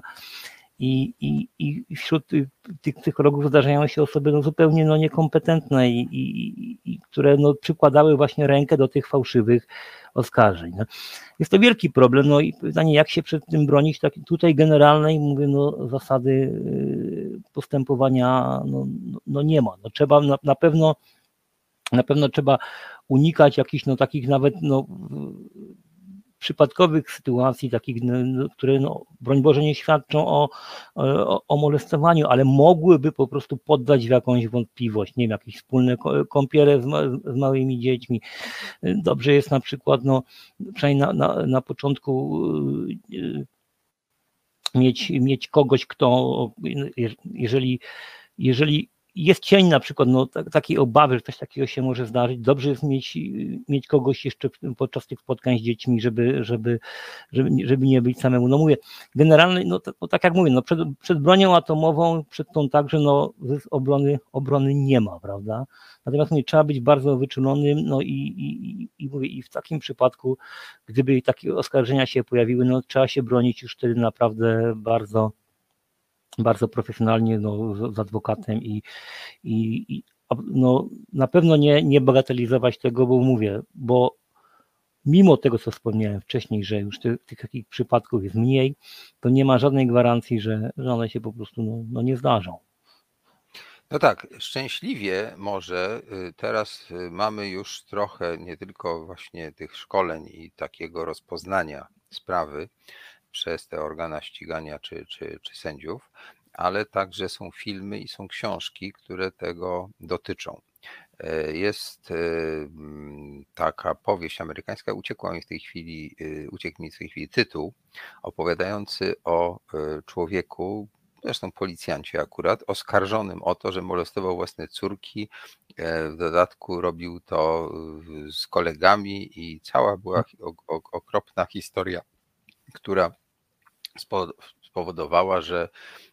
I wśród tych psychologów zdarzają się osoby zupełnie niekompetentne i które przykładały właśnie rękę do tych fałszywych oskarżeń. Jest to wielki problem, i pytanie, jak się przed tym bronić. Tutaj generalnej, mówię, zasady postępowania nie ma. Trzeba na pewno trzeba unikać jakichś takich nawet przypadkowych sytuacji, takich, które broń Boże nie świadczą o molestowaniu, ale mogłyby po prostu poddać w jakąś wątpliwość, nie wiem, jakieś wspólne kąpiele z małymi dziećmi. Dobrze jest na przykład, przynajmniej na początku mieć kogoś, kto, jeżeli jest cień na przykład takiej obawy, że coś takiego się może zdarzyć, dobrze jest mieć kogoś jeszcze podczas tych spotkań z dziećmi, żeby nie być samemu. Mówię, generalnie, tak jak mówię, przed bronią atomową, przed tą także obrony nie ma, prawda? Natomiast trzeba być bardzo wyczulonym, mówię, i w takim przypadku, gdyby takie oskarżenia się pojawiły, trzeba się bronić już wtedy naprawdę bardzo profesjonalnie, z adwokatem i na pewno nie bagatelizować tego, bo mimo tego, co wspomniałem wcześniej, że już tych takich przypadków jest mniej, to nie ma żadnej gwarancji, że one się po prostu nie zdarzą. No tak, szczęśliwie może teraz mamy już trochę nie tylko właśnie tych szkoleń i takiego rozpoznania sprawy przez te organa ścigania czy sędziów, ale także są filmy i są książki, które tego dotyczą. Jest taka powieść amerykańska, uciekł mi w tej chwili tytuł, opowiadający o człowieku, zresztą policjancie akurat, oskarżonym o to, że molestował własne córki. W dodatku robił to z kolegami i cała była okropna historia, która spowodowała, że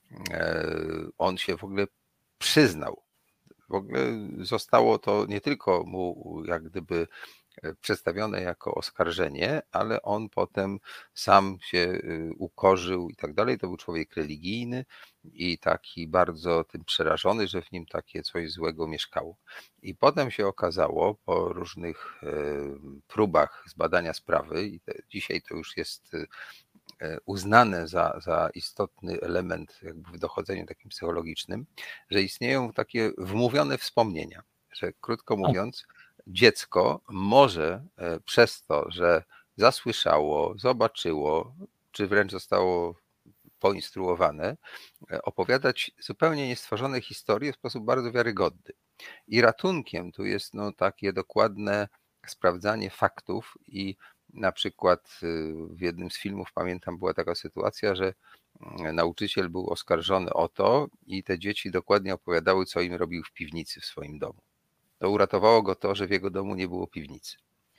on się w ogóle przyznał. W ogóle zostało to nie tylko mu jak gdyby przedstawione jako oskarżenie, ale on potem sam się ukorzył i tak dalej. To był człowiek religijny i taki bardzo tym przerażony, że w nim takie coś złego mieszkało. I potem się okazało po różnych próbach zbadania sprawy, i dzisiaj to już jest uznane za istotny element jakby w dochodzeniu takim psychologicznym, że istnieją takie wmówione wspomnienia, że krótko mówiąc, dziecko może przez to, że zasłyszało, zobaczyło, czy wręcz zostało poinstruowane, opowiadać zupełnie niestworzone historie w sposób bardzo wiarygodny. I ratunkiem tu jest takie dokładne sprawdzanie faktów i na przykład w jednym z filmów, pamiętam, była taka sytuacja, że nauczyciel był oskarżony o to i te dzieci dokładnie opowiadały, co im robił w piwnicy w swoim domu. To uratowało go to, że w jego domu nie było piwnicy.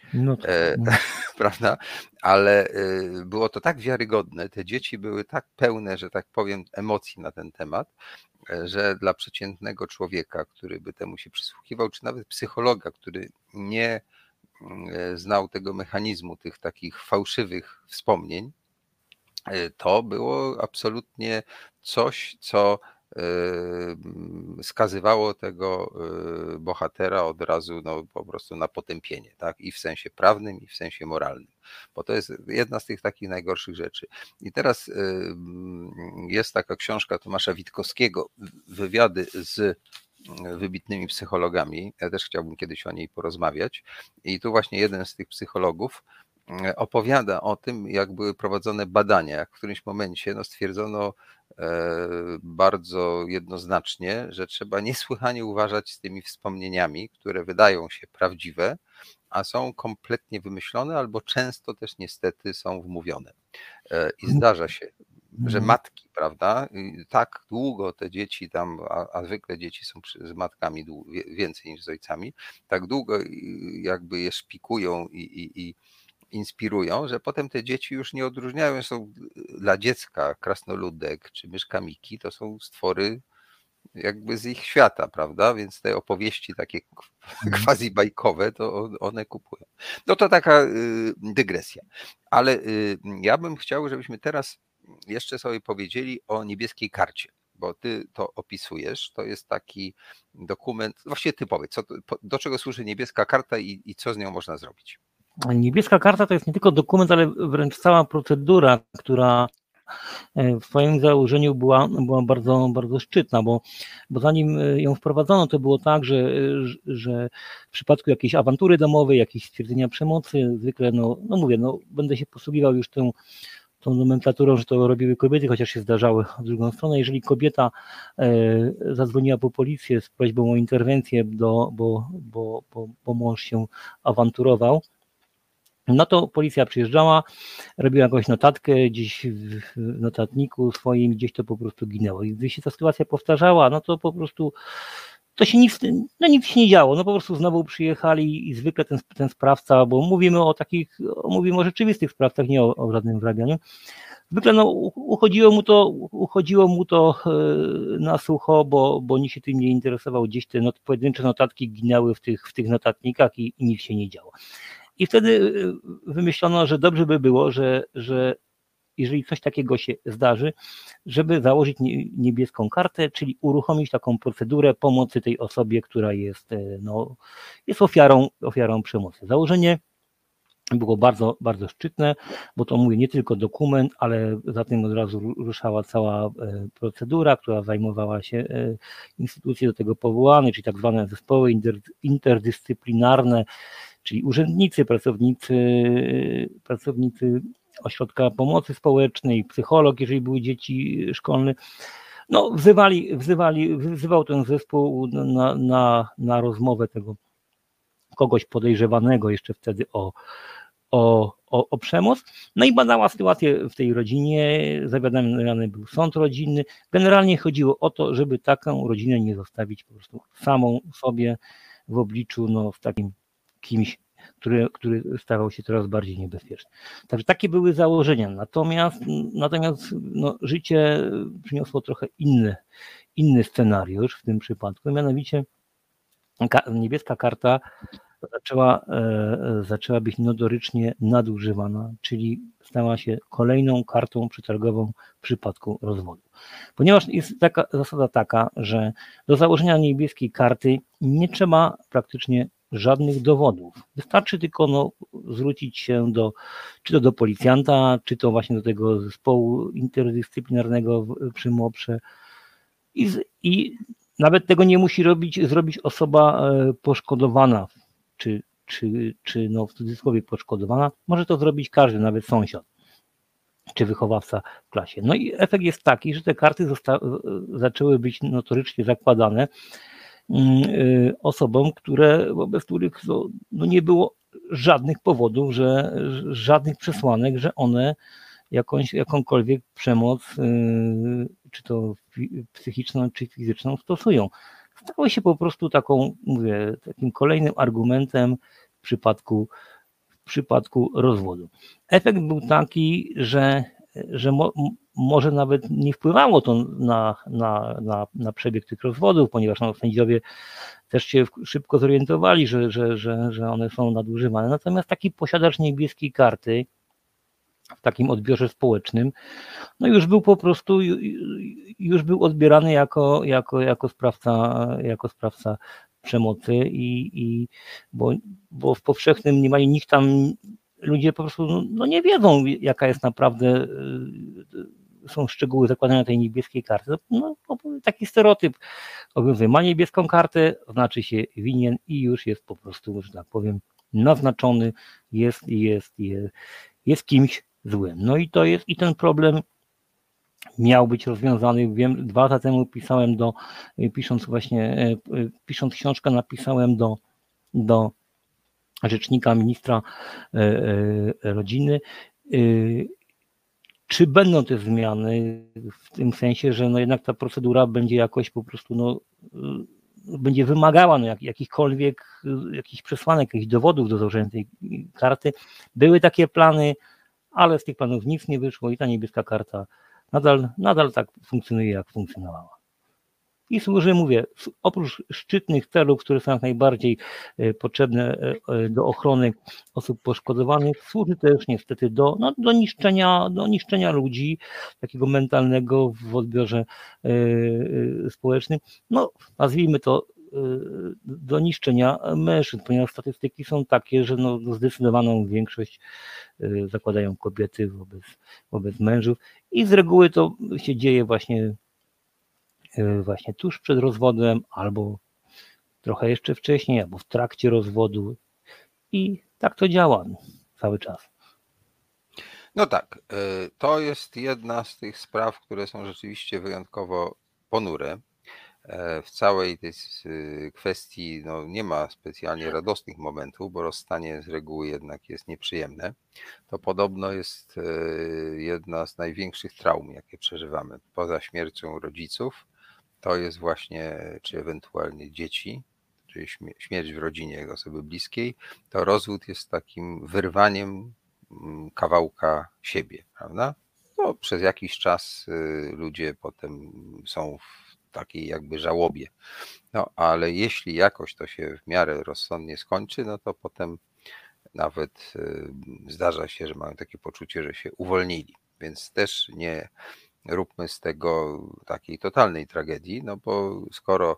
Prawda? Ale było to tak wiarygodne, te dzieci były tak pełne, że tak powiem, emocji na ten temat, że dla przeciętnego człowieka, który by temu się przysłuchiwał, czy nawet psychologa, który nie znał tego mechanizmu, tych takich fałszywych wspomnień, to było absolutnie coś, co skazywało tego bohatera od razu po prostu na potępienie, tak? I w sensie prawnym, i w sensie moralnym, bo to jest jedna z tych takich najgorszych rzeczy. I teraz jest taka książka Tomasza Witkowskiego, wywiady z wybitnymi psychologami. Ja też chciałbym kiedyś o niej porozmawiać. I tu właśnie jeden z tych psychologów opowiada o tym, jak były prowadzone badania, jak w którymś momencie stwierdzono bardzo jednoznacznie, że trzeba niesłychanie uważać z tymi wspomnieniami, które wydają się prawdziwe, a są kompletnie wymyślone albo często też niestety są wmówione. I zdarza się, że matki, prawda, tak długo te dzieci tam, a zwykle dzieci są z matkami więcej niż z ojcami, tak długo jakby je szpikują i inspirują, że potem te dzieci już nie odróżniają, są dla dziecka krasnoludek czy myszka Miki, to są stwory jakby z ich świata, prawda? Więc te opowieści takie quasi bajkowe, to one kupują. No to taka dygresja. Ale ja bym chciał, żebyśmy teraz jeszcze sobie powiedzieli o niebieskiej karcie, bo ty to opisujesz. To jest taki dokument, właściwie ty powiedz, do czego służy niebieska karta i co z nią można zrobić? Niebieska karta to jest nie tylko dokument, ale wręcz cała procedura, która w swoim założeniu była bardzo, bardzo szczytna, bo zanim ją wprowadzono, to było tak, że w przypadku jakiejś awantury domowej, jakiejś stwierdzenia przemocy, zwykle, mówię, będę się posługiwał już tą nomenklaturą, że to robiły kobiety, chociaż się zdarzały w drugą stronę. Jeżeli kobieta zadzwoniła po policję z prośbą o interwencję, bo mąż się awanturował, no to policja przyjeżdżała, robiła jakąś notatkę gdzieś w notatniku swoim, gdzieś to po prostu ginęło. I gdy się ta sytuacja powtarzała, no to po prostu to się nic się nie działo. No po prostu znowu przyjechali i zwykle ten sprawca, bo mówimy o rzeczywistych sprawcach, nie o żadnym wrabianiu. Zwykle uchodziło mu to na sucho, bo nikt się tym nie interesował. Gdzieś te pojedyncze notatki ginęły w tych notatnikach i nic się nie działo. I wtedy wymyślono, że dobrze by było, że jeżeli coś takiego się zdarzy, żeby założyć niebieską kartę, czyli uruchomić taką procedurę pomocy tej osobie, która jest ofiarą przemocy. Założenie było bardzo, bardzo szczytne, bo to mówię nie tylko dokument, ale za tym od razu ruszała cała procedura, która zajmowała się instytucje do tego powołane, czyli tak zwane zespoły interdyscyplinarne, czyli urzędnicy, pracownicy ośrodka pomocy społecznej, psycholog, jeżeli były dzieci szkolne. No, wzywał ten zespół na rozmowę tego kogoś podejrzewanego jeszcze wtedy o przemoc. No i badała sytuację w tej rodzinie, zawiadamiany był sąd rodzinny. Generalnie chodziło o to, żeby taką rodzinę nie zostawić po prostu samą sobie w obliczu, w takim kimś, który stawał się coraz bardziej niebezpieczny. Także takie były założenia. Natomiast życie przyniosło trochę inny scenariusz w tym przypadku, mianowicie niebieska karta zaczęła być notorycznie nadużywana, czyli stała się kolejną kartą przetargową w przypadku rozwodu. Ponieważ jest zasada taka, że do założenia niebieskiej karty nie trzeba praktycznie żadnych dowodów. Wystarczy tylko zwrócić się czy to do policjanta, czy to właśnie do tego zespołu interdyscyplinarnego przy MOPRze i nawet tego nie musi zrobić osoba poszkodowana, czy w cudzysłowie poszkodowana. Może to zrobić każdy, nawet sąsiad, czy wychowawca w klasie. No i efekt jest taki, że te karty zaczęły być notorycznie zakładane osobom, wobec których nie było żadnych powodów, żadnych przesłanek, że one jakąkolwiek przemoc, czy to psychiczną, czy fizyczną stosują. Stało się po prostu takim kolejnym argumentem w przypadku rozwodu. Efekt był taki, że może nawet nie wpływało to na przebieg tych rozwodów, ponieważ sędziowie też się szybko zorientowali, że one są nadużywane. Natomiast taki posiadacz niebieskiej karty w takim odbiorze społecznym, już był po prostu odbierany jako sprawca przemocy bo w powszechnym mniemaniu nikt tam, ludzie po prostu nie wiedzą, jaka jest naprawdę, są szczegóły zakładania tej niebieskiej karty. Taki stereotyp obowiązuje. Ma niebieską kartę, znaczy się winien i już jest po prostu, że tak powiem, naznaczony, jest kimś złym. No i to jest, i ten problem miał być rozwiązany. Wiem, 2 lata temu pisząc książkę, napisałem do rzecznika ministra rodziny, czy będą te zmiany w tym sensie, że no jednak ta procedura będzie jakoś po prostu będzie wymagała jakichś przesłanek, jakichś dowodów do złożenia tej karty. Były takie plany, ale z tych planów nic nie wyszło i ta niebieska karta nadal tak funkcjonuje, jak funkcjonowała. I służy, mówię, oprócz szczytnych celów, które są jak najbardziej potrzebne do ochrony osób poszkodowanych, służy też niestety do niszczenia ludzi, takiego mentalnego w odbiorze społecznym. No, nazwijmy to do niszczenia mężczyzn, ponieważ statystyki są takie, że zdecydowaną większość zakładają kobiety wobec mężów i z reguły to się dzieje właśnie tuż przed rozwodem, albo trochę jeszcze wcześniej, albo w trakcie rozwodu i tak to działa cały czas. No tak, to jest jedna z tych spraw, które są rzeczywiście wyjątkowo ponure. W całej tej kwestii nie ma specjalnie radosnych momentów, bo rozstanie z reguły jednak jest nieprzyjemne. To podobno jest jedna z największych traum, jakie przeżywamy. Poza śmiercią rodziców, to jest właśnie, czy ewentualnie dzieci, czyli śmierć w rodzinie osoby bliskiej, to rozwód jest takim wyrwaniem kawałka siebie, prawda? No, przez jakiś czas ludzie potem są w takiej jakby żałobie. No, ale jeśli jakoś to się w miarę rozsądnie skończy, no to potem nawet zdarza się, że mają takie poczucie, że się uwolnili. Więc też nie róbmy z tego takiej totalnej tragedii, no bo skoro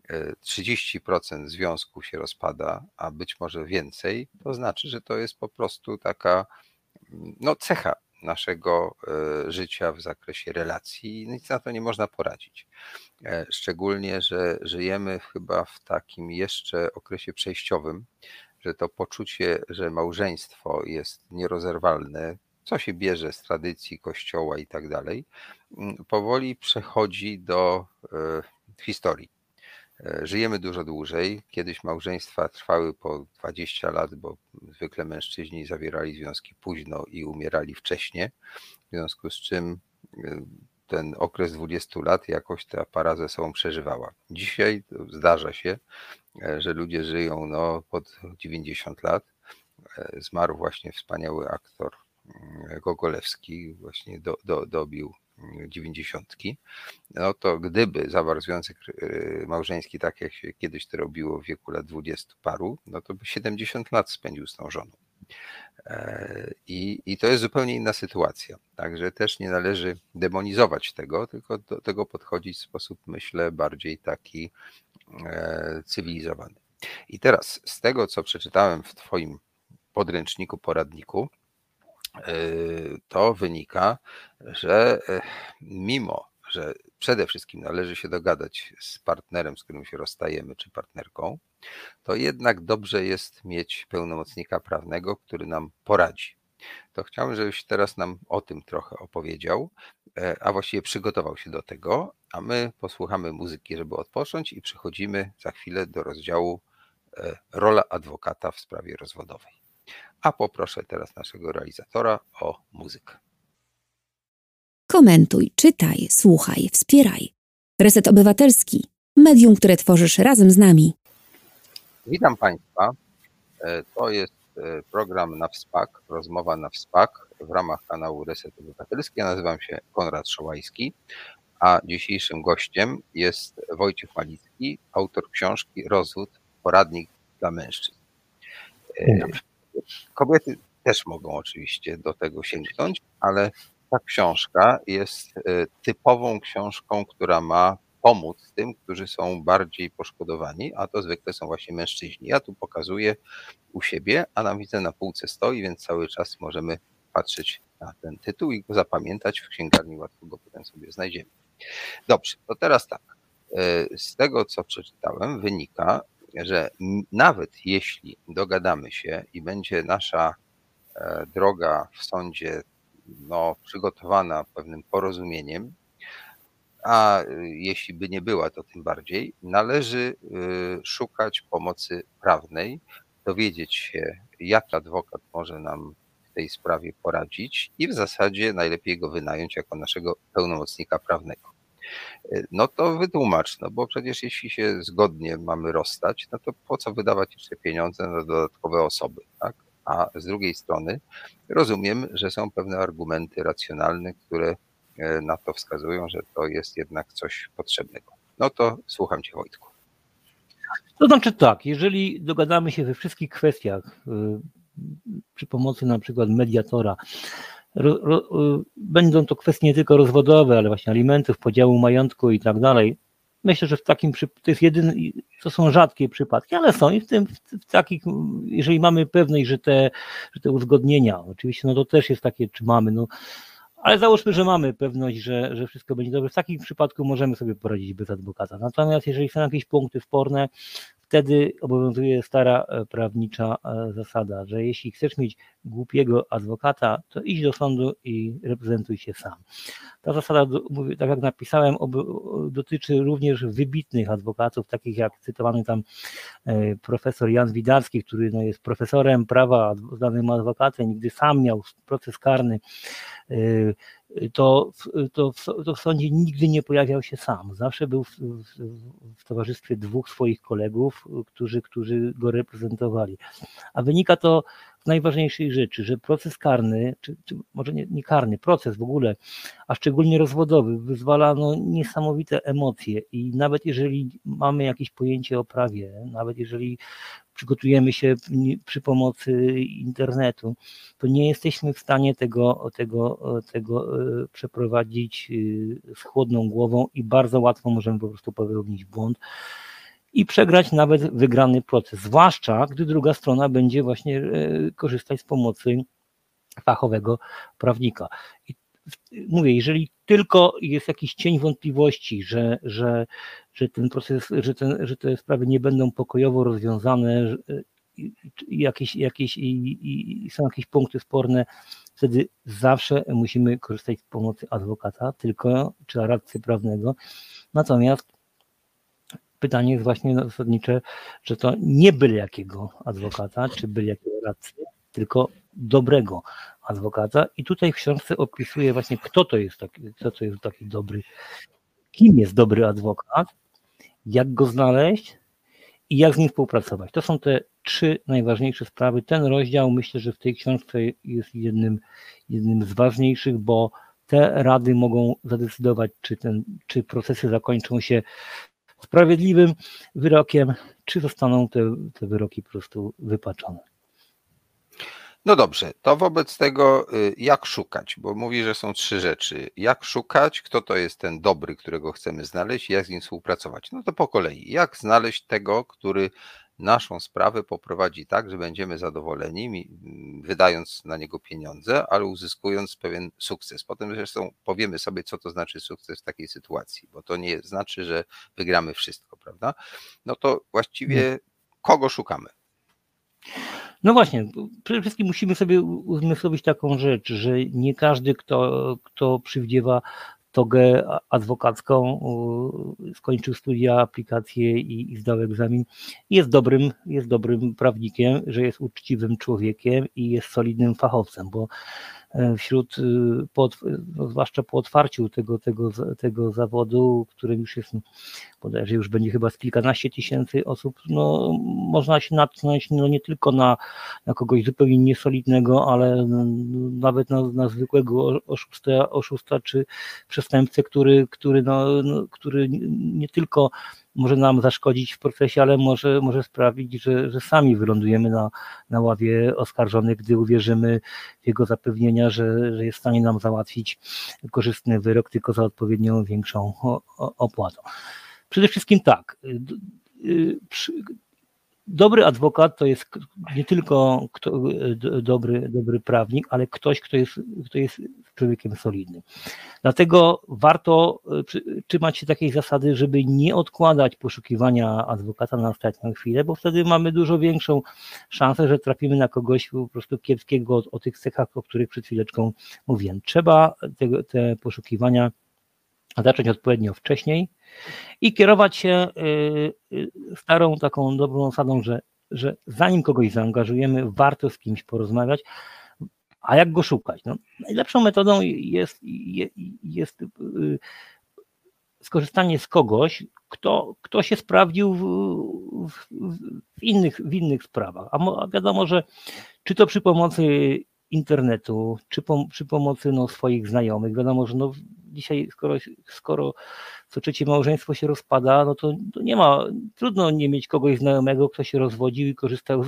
30% związków się rozpada, a być może więcej, to znaczy, że to jest po prostu taka cecha naszego życia w zakresie relacji i nic na to nie można poradzić. Szczególnie, że żyjemy chyba w takim jeszcze okresie przejściowym, że to poczucie, że małżeństwo jest nierozerwalne, co się bierze z tradycji Kościoła i tak dalej, powoli przechodzi do historii. Żyjemy dużo dłużej. Kiedyś małżeństwa trwały po 20 lat, bo zwykle mężczyźni zawierali związki późno i umierali wcześnie, w związku z czym ten okres 20 lat jakoś ta para ze sobą przeżywała. Dzisiaj zdarza się, że ludzie żyją pod 90 lat. Zmarł właśnie wspaniały aktor Gogolewski, właśnie dobił 90. No to gdyby zawarł związek małżeński tak, jak się kiedyś to robiło w wieku lat 20 paru, no to by 70 lat spędził z tą żoną. I to jest zupełnie inna sytuacja. Także też nie należy demonizować tego, tylko do tego podchodzić w sposób, myślę, bardziej taki cywilizowany. I teraz z tego, co przeczytałem w Twoim podręczniku, poradniku, to wynika, że mimo, że przede wszystkim należy się dogadać z partnerem, z którym się rozstajemy, czy partnerką, to jednak dobrze jest mieć pełnomocnika prawnego, który nam poradzi. To chciałbym, żebyś teraz nam o tym trochę opowiedział, a właściwie przygotował się do tego, a my posłuchamy muzyki, żeby odpocząć i przechodzimy za chwilę do rozdziału rola adwokata w sprawie rozwodowej. A poproszę teraz naszego realizatora o muzykę. Komentuj, czytaj, słuchaj, wspieraj. Reset Obywatelski. Medium, które tworzysz razem z nami. Witam Państwa. To jest program na WSPAK, rozmowa na WSPAK w ramach kanału Reset Obywatelski. Ja nazywam się Konrad Szołajski, a dzisiejszym gościem jest Wojciech Malicki, autor książki Rozwód, poradnik dla mężczyzn. Kobiety też mogą oczywiście do tego sięgnąć, ale ta książka jest typową książką, która ma pomóc tym, którzy są bardziej poszkodowani, a to zwykle są właśnie mężczyźni. Ja tu pokazuję u siebie, a nam widzę na półce stoi, więc cały czas możemy patrzeć na ten tytuł i go zapamiętać. W księgarni łatwo go potem sobie znajdziemy. Dobrze, to teraz tak. Z tego, co przeczytałem, wynika, że nawet jeśli dogadamy się i będzie nasza droga w sądzie przygotowana pewnym porozumieniem, a jeśli by nie była, to tym bardziej, należy szukać pomocy prawnej, dowiedzieć się, jak adwokat może nam w tej sprawie poradzić i w zasadzie najlepiej go wynająć jako naszego pełnomocnika prawnego. No to wytłumacz, bo przecież jeśli się zgodnie mamy rozstać, no to po co wydawać jeszcze pieniądze na dodatkowe osoby, tak? A z drugiej strony rozumiem, że są pewne argumenty racjonalne, które na to wskazują, że to jest jednak coś potrzebnego. No to słucham Cię, Wojtku. To znaczy tak, jeżeli dogadamy się we wszystkich kwestiach przy pomocy na przykład mediatora, będą to kwestie nie tylko rozwodowe, ale właśnie alimentów, podziału majątku i tak dalej. Myślę, że w takim to jest jedyny, to są rzadkie przypadki, ale są i w takich, jeżeli mamy pewność, że te uzgodnienia, oczywiście to też jest takie, czy mamy, ale załóżmy, że mamy pewność, że wszystko będzie dobrze. W takim przypadku możemy sobie poradzić bez adwokata. Natomiast jeżeli są jakieś punkty sporne, wtedy obowiązuje stara prawnicza zasada, że jeśli chcesz mieć głupiego adwokata, to idź do sądu i reprezentuj się sam. Ta zasada, tak jak napisałem, dotyczy również wybitnych adwokatów, takich jak cytowany tam profesor Jan Widarski, który jest profesorem prawa, znanym adwokatem, nigdy sam miał proces karny, to w sądzie nigdy nie pojawiał się sam. Zawsze był w towarzystwie dwóch swoich kolegów, którzy go reprezentowali. A wynika to z najważniejszej rzeczy, że proces karny, czy może nie karny, proces w ogóle, a szczególnie rozwodowy, wyzwala niesamowite emocje i nawet jeżeli mamy jakieś pojęcie o prawie, nawet jeżeli przygotujemy się przy pomocy internetu, to nie jesteśmy w stanie tego przeprowadzić z chłodną głową i bardzo łatwo możemy po prostu popełnić błąd i przegrać nawet wygrany proces, zwłaszcza gdy druga strona będzie właśnie korzystać z pomocy fachowego prawnika. I mówię, jeżeli tylko jest jakiś cień wątpliwości, że ten proces, że te sprawy nie będą pokojowo rozwiązane i są jakieś punkty sporne, wtedy zawsze musimy korzystać z pomocy adwokata, czy radcy prawnego. Natomiast pytanie jest właśnie zasadnicze, że to nie byle jakiego adwokata, czy byle jakiego radcy, tylko dobrego adwokata. I tutaj w książce opisuję właśnie, kto to jest taki dobry, kim jest dobry adwokat, jak go znaleźć i jak z nim współpracować. To są te 3 najważniejsze sprawy. Ten rozdział, myślę, że w tej książce jest jednym z ważniejszych, bo te rady mogą zadecydować, czy procesy zakończą się sprawiedliwym wyrokiem, czy zostaną te wyroki po prostu wypaczone. No dobrze, to wobec tego jak szukać, bo mówi, że są 3 rzeczy. Jak szukać, kto to jest ten dobry, którego chcemy znaleźć i jak z nim współpracować. No to po kolei. Jak znaleźć tego, który naszą sprawę poprowadzi tak, że będziemy zadowoleni, wydając na niego pieniądze, ale uzyskując pewien sukces. Potem zresztą powiemy sobie, co to znaczy sukces w takiej sytuacji, bo to nie znaczy, że wygramy wszystko, prawda? No to właściwie kogo szukamy? No właśnie, przede wszystkim musimy sobie uzmysłowić taką rzecz, że nie każdy, kto przywdziewa togę adwokacką, skończył studia, aplikacje i zdał egzamin, jest dobrym prawnikiem, że jest uczciwym człowiekiem i jest solidnym fachowcem, bo zwłaszcza po otwarciu tego zawodu, którym już jest, bodajże już będzie chyba z kilkanaście tysięcy osób, można się natknąć nie tylko na kogoś zupełnie niesolidnego, ale nawet na zwykłego oszusta czy przestępcę, który nie tylko może nam zaszkodzić w procesie, ale może sprawić, że sami wylądujemy na ławie oskarżonych, gdy uwierzymy w jego zapewnienia, że jest w stanie nam załatwić korzystny wyrok tylko za odpowiednio większą opłatą. Przede wszystkim tak, dobry adwokat to jest nie tylko dobry prawnik, ale ktoś, kto jest człowiekiem solidnym. Dlatego warto trzymać się takiej zasady, żeby nie odkładać poszukiwania adwokata na ostatnią chwilę, bo wtedy mamy dużo większą szansę, że trafimy na kogoś po prostu kiepskiego o tych cechach, o których przed chwileczką mówiłem. Trzeba te poszukiwania zacząć odpowiednio wcześniej i kierować się starą taką dobrą zasadą, że zanim kogoś zaangażujemy, warto z kimś porozmawiać. A jak go szukać? No, najlepszą metodą jest skorzystanie z kogoś, kto się sprawdził w innych sprawach. A wiadomo, że czy to przy pomocy internetu, czy przy pomocy swoich znajomych. Wiadomo, że dzisiaj skoro co trzecie małżeństwo się rozpada, no to nie ma, trudno nie mieć kogoś znajomego, kto się rozwodził i korzystał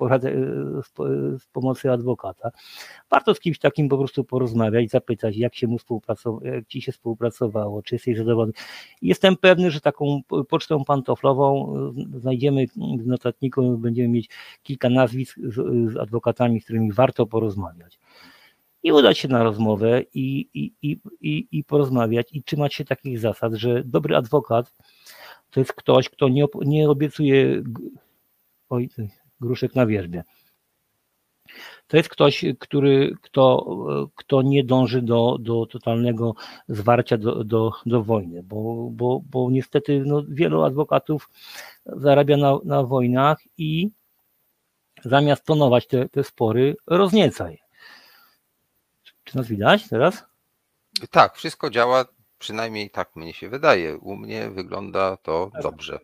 z pomocy adwokata. Warto z kimś takim po prostu porozmawiać, zapytać, jak ci się współpracowało, czy jesteś zadowolony. Jestem pewny, że taką pocztą pantoflową znajdziemy w notatniku, będziemy mieć kilka nazwisk z adwokatami, z którymi warto porozmawiać. I udać się na rozmowę i porozmawiać i trzymać się takich zasad, że dobry adwokat to jest ktoś, kto nie obiecuje gruszek na wierzbie. To jest ktoś, kto nie dąży do totalnego zwarcia, do wojny, bo niestety wielu adwokatów zarabia na wojnach i zamiast tonować te spory, roznieca je. Czy nas widać teraz? Tak, wszystko działa, przynajmniej tak mnie się wydaje. U mnie wygląda to dobrze.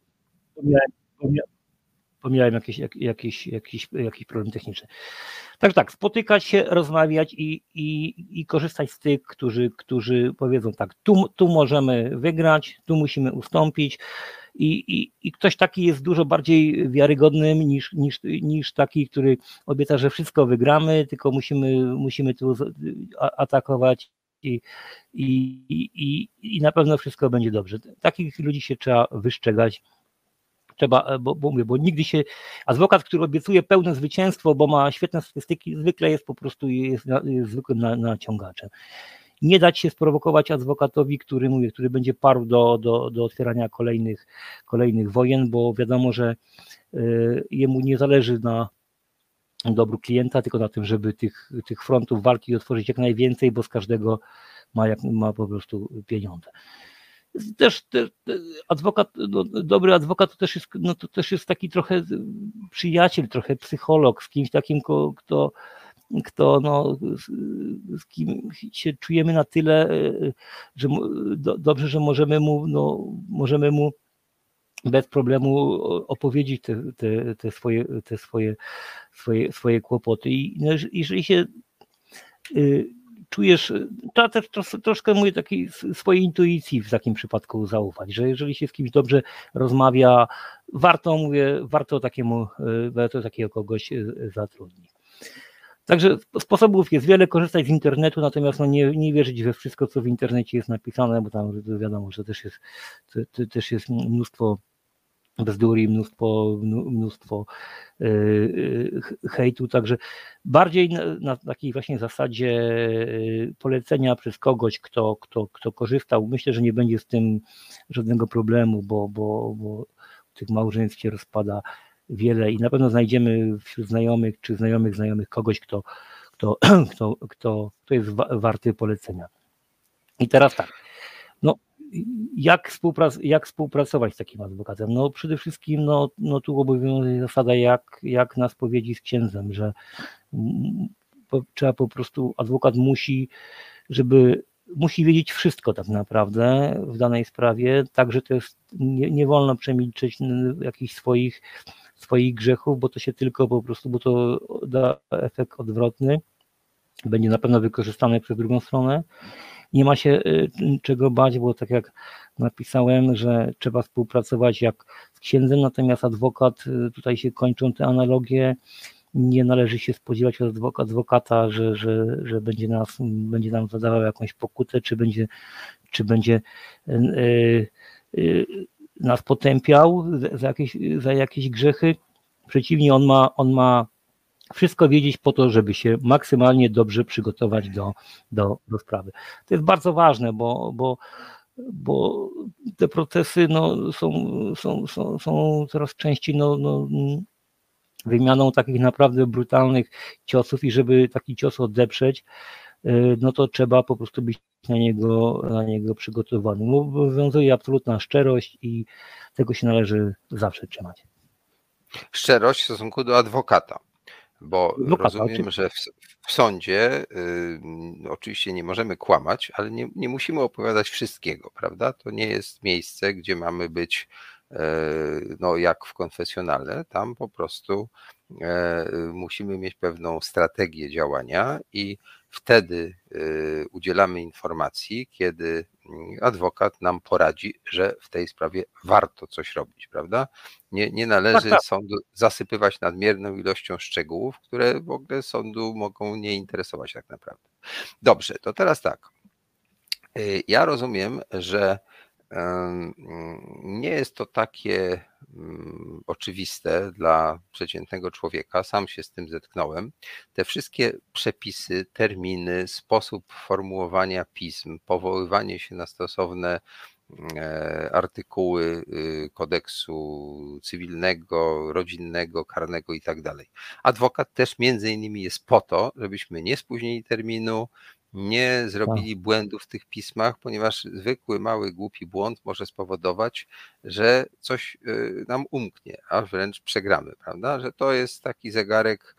Pomijałem jakiś problem techniczny. Tak, spotykać się, rozmawiać i korzystać z tych, którzy powiedzą tak, tu możemy wygrać, tu musimy ustąpić i ktoś taki jest dużo bardziej wiarygodnym niż taki, który obieca, że wszystko wygramy, tylko musimy tu atakować i na pewno wszystko będzie dobrze. Takich ludzi się trzeba wystrzegać. Bo nigdy się adwokat, który obiecuje pełne zwycięstwo, bo ma świetne statystyki, zwykle jest po prostu jest zwykłym naciągaczem. Nie dać się sprowokować adwokatowi, który będzie parł do otwierania kolejnych wojen, bo wiadomo, że jemu nie zależy na dobru klienta, tylko na tym, żeby tych frontów walki otworzyć jak najwięcej, bo z każdego ma po prostu pieniądze. Też adwokat, dobry adwokat to też jest taki trochę przyjaciel, trochę psycholog, z kimś takim, z kim się czujemy na tyle, że dobrze, że możemy mu bez problemu opowiedzieć te swoje kłopoty. I jeżeli się czujesz, to też troszkę mówię takiej swojej intuicji w takim przypadku zaufać, że jeżeli się z kimś dobrze rozmawia, warto takiego kogoś zatrudnić. Także sposobów jest wiele, korzystać z internetu, natomiast nie wierzyć we wszystko, co w internecie jest napisane, bo tam wiadomo, że też jest mnóstwo bzdury, mnóstwo hejtu, także bardziej na takiej właśnie zasadzie polecenia przez kogoś, kto korzystał. Myślę, że nie będzie z tym żadnego problemu, bo tych małżeństw się rozpada wiele i na pewno znajdziemy wśród znajomych czy znajomych kogoś, kto jest warty polecenia. I teraz tak, jak współpracować z takim adwokatem? Przede wszystkim tu obowiązuje zasada jak na spowiedzi z księdzem, że trzeba po prostu, adwokat musi wiedzieć wszystko tak naprawdę w danej sprawie, także to jest, nie wolno przemilczeć jakichś swoich grzechów, bo to się tylko po prostu, bo to da efekt odwrotny, będzie na pewno wykorzystane przez drugą stronę. Nie ma się czego bać, bo tak jak napisałem, że trzeba współpracować jak z księdzem, natomiast adwokat, tutaj się kończą te analogie, nie należy się spodziewać od adwokata, że będzie nam zadawał jakąś pokutę, czy będzie nas potępiał za jakieś grzechy. Przeciwnie, on ma Wszystko wiedzieć po to, żeby się maksymalnie dobrze przygotować do sprawy. To jest bardzo ważne, bo te procesy no, są coraz częściej wymianą takich naprawdę brutalnych ciosów i żeby taki cios odeprzeć, no to trzeba po prostu być na niego przygotowanym. Obowiązuje absolutna szczerość i tego się należy zawsze trzymać. Szczerość w stosunku do adwokata, bo Adwokata, rozumiem, że w sądzie oczywiście nie możemy kłamać, ale nie musimy opowiadać wszystkiego, prawda? To nie jest miejsce, gdzie mamy być no, jak w konfesjonale. Tam po prostu musimy mieć pewną strategię działania i wtedy udzielamy informacji, kiedy adwokat nam poradzi, że w tej sprawie warto coś robić, prawda? Nie należy Tak. sądu zasypywać nadmierną ilością szczegółów, które w ogóle sądu mogą nie interesować tak naprawdę. Dobrze, to teraz tak. Ja rozumiem, że nie jest to takie oczywiste dla przeciętnego człowieka, sam się z tym zetknąłem. Te wszystkie przepisy, terminy, sposób formułowania pism, powoływanie się na stosowne artykuły kodeksu cywilnego, rodzinnego, karnego i tak dalej. Adwokat też między innymi jest po to, żebyśmy nie spóźnili terminu, nie zrobili błędów w tych pismach, ponieważ zwykły, mały, głupi błąd może spowodować, że coś nam umknie, a wręcz przegramy, prawda? Że to jest taki zegarek,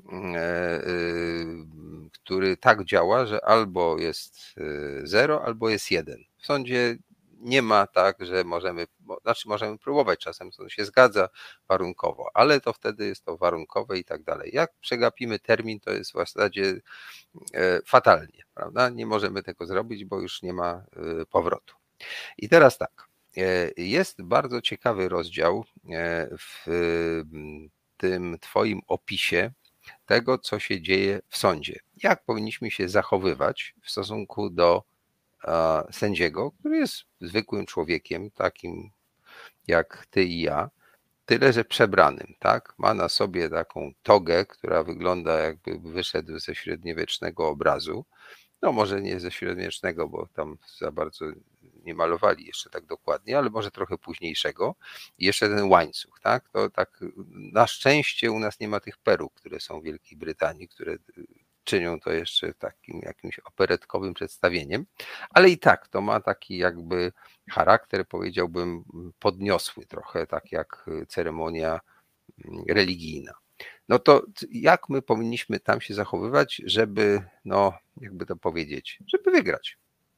który tak działa, że albo jest 0, albo jest 1. W sądzie nie ma tak, że możemy próbować, czasem sąd się zgadza warunkowo, ale to wtedy jest to warunkowe i tak dalej. Jak przegapimy termin, to jest w zasadzie fatalnie, prawda? Nie możemy tego zrobić, bo już nie ma powrotu. I teraz tak, jest bardzo ciekawy rozdział w tym twoim opisie tego, co się dzieje w sądzie. Jak powinniśmy się zachowywać w stosunku do sędziego, który jest zwykłym człowiekiem, takim jak ty i ja, tyle że przebranym, tak? Ma na sobie taką togę, która wygląda jakby wyszedł ze średniowiecznego obrazu. No może nie ze średniowiecznego, bo tam za bardzo nie malowali jeszcze tak dokładnie, ale może trochę późniejszego. I jeszcze ten łańcuch, tak? To tak na szczęście u nas nie ma tych peruk, które są w Wielkiej Brytanii, które czynią to jeszcze takim jakimś operetkowym przedstawieniem, ale i tak to ma taki jakby charakter, powiedziałbym, podniosły trochę, tak jak ceremonia religijna. No to jak my powinniśmy tam się zachowywać, żeby, no jakby to powiedzieć, żeby wygrać?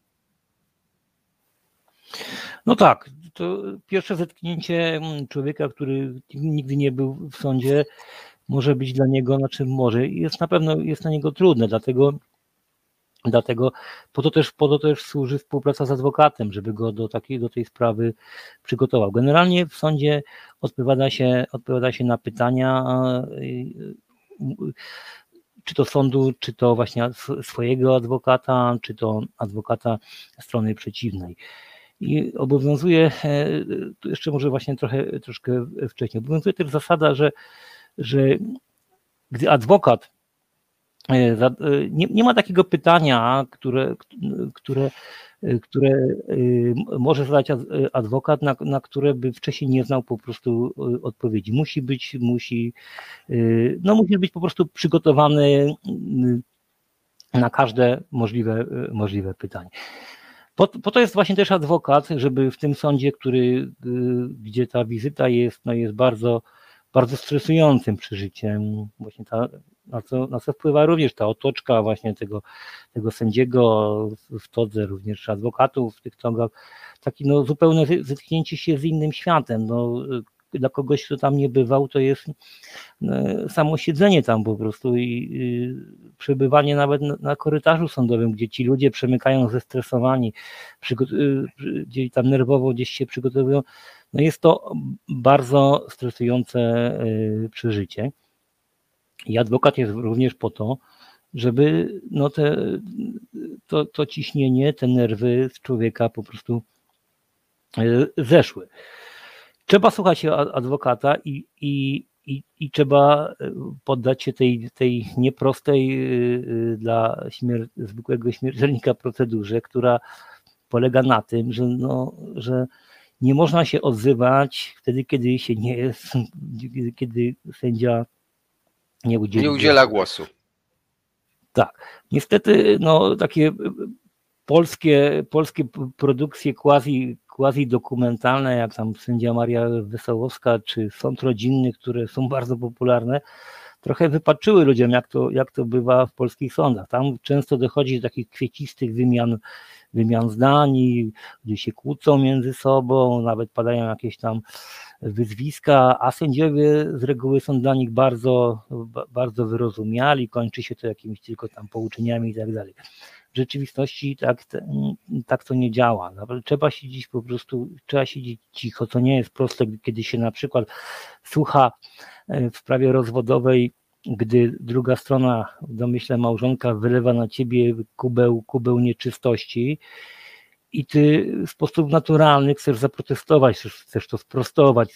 No tak, to pierwsze zetknięcie człowieka, który nigdy nie był w sądzie, może być dla niego, na pewno jest dla niego trudne, dlatego po to też służy współpraca z adwokatem, żeby go do tej sprawy przygotował. Generalnie w sądzie odpowiada się na pytania, czy to sądu, czy to właśnie swojego adwokata, czy to adwokata strony przeciwnej. I obowiązuje, tu jeszcze może właśnie troszkę wcześniej, obowiązuje też zasada, że gdy adwokat nie ma takiego pytania, które może zadać adwokat, na które by wcześniej nie znał po prostu odpowiedzi. Musi być po prostu przygotowany na każde możliwe pytanie. Po to jest właśnie też adwokat, żeby w tym sądzie, gdzie ta wizyta jest bardzo, bardzo stresującym przeżyciem, właśnie na co wpływa również ta otoczka właśnie tego sędziego w todze, również adwokatów w tych togach, takie zupełne zetknięcie się z innym światem. Dla kogoś, kto tam nie bywał, to jest samo siedzenie tam po prostu i przebywanie nawet na korytarzu sądowym, gdzie ci ludzie przemykają zestresowani, gdzie tam nerwowo gdzieś się przygotowują. No jest to bardzo stresujące przeżycie. I adwokat jest również po to, żeby to ciśnienie, te nerwy z człowieka po prostu zeszły. Trzeba słuchać się adwokata i i trzeba poddać się tej nieprostej dla zwykłego śmiertelnika procedurze, która polega na tym, że nie można się odzywać wtedy, kiedy się nie jest, kiedy sędzia nie udziela głosu. Tak. Niestety takie polskie produkcje quasi dokumentalne, jak tam Sędzia Maria Wesołowska czy Sąd Rodzinny, które są bardzo popularne, trochę wypaczyły ludziom, jak to bywa w polskich sądach. Tam często dochodzi do takich kwiecistych wymian zdań, gdzie się kłócą między sobą, nawet padają jakieś tam wyzwiska, a sędziowie z reguły są dla nich bardzo, bardzo wyrozumiali, kończy się to jakimiś tylko tam pouczeniami i tak dalej. W rzeczywistości tak to nie działa. Trzeba siedzieć cicho, to nie jest proste, kiedy się na przykład słucha w sprawie rozwodowej, gdy druga strona, w domyśle małżonka, wylewa na ciebie kubeł nieczystości i ty w sposób naturalny chcesz zaprotestować, chcesz to sprostować.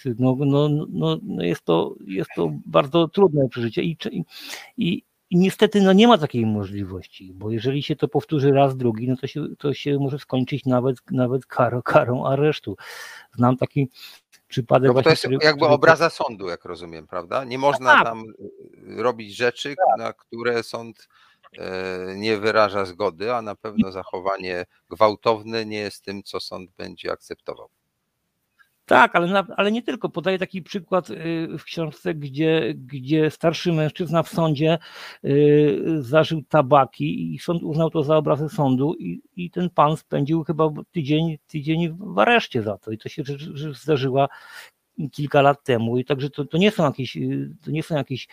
Jest to bardzo trudne przeżycie i niestety nie ma takiej możliwości, bo jeżeli się to powtórzy raz, drugi, to się może skończyć nawet karą aresztu. Znam taki przypadek. To jest jakby obraza sądu, jak rozumiem, prawda? Nie można tam robić rzeczy, na które sąd nie wyraża zgody, a na pewno zachowanie gwałtowne nie jest tym, co sąd będzie akceptował. Tak, ale nie tylko. Podaję taki przykład w książce, gdzie starszy mężczyzna w sądzie zażył tabaki i sąd uznał to za obrazę sądu i ten pan spędził chyba tydzień w areszcie za to. I to się zdarzyło kilka lat temu. I także to nie są jakieś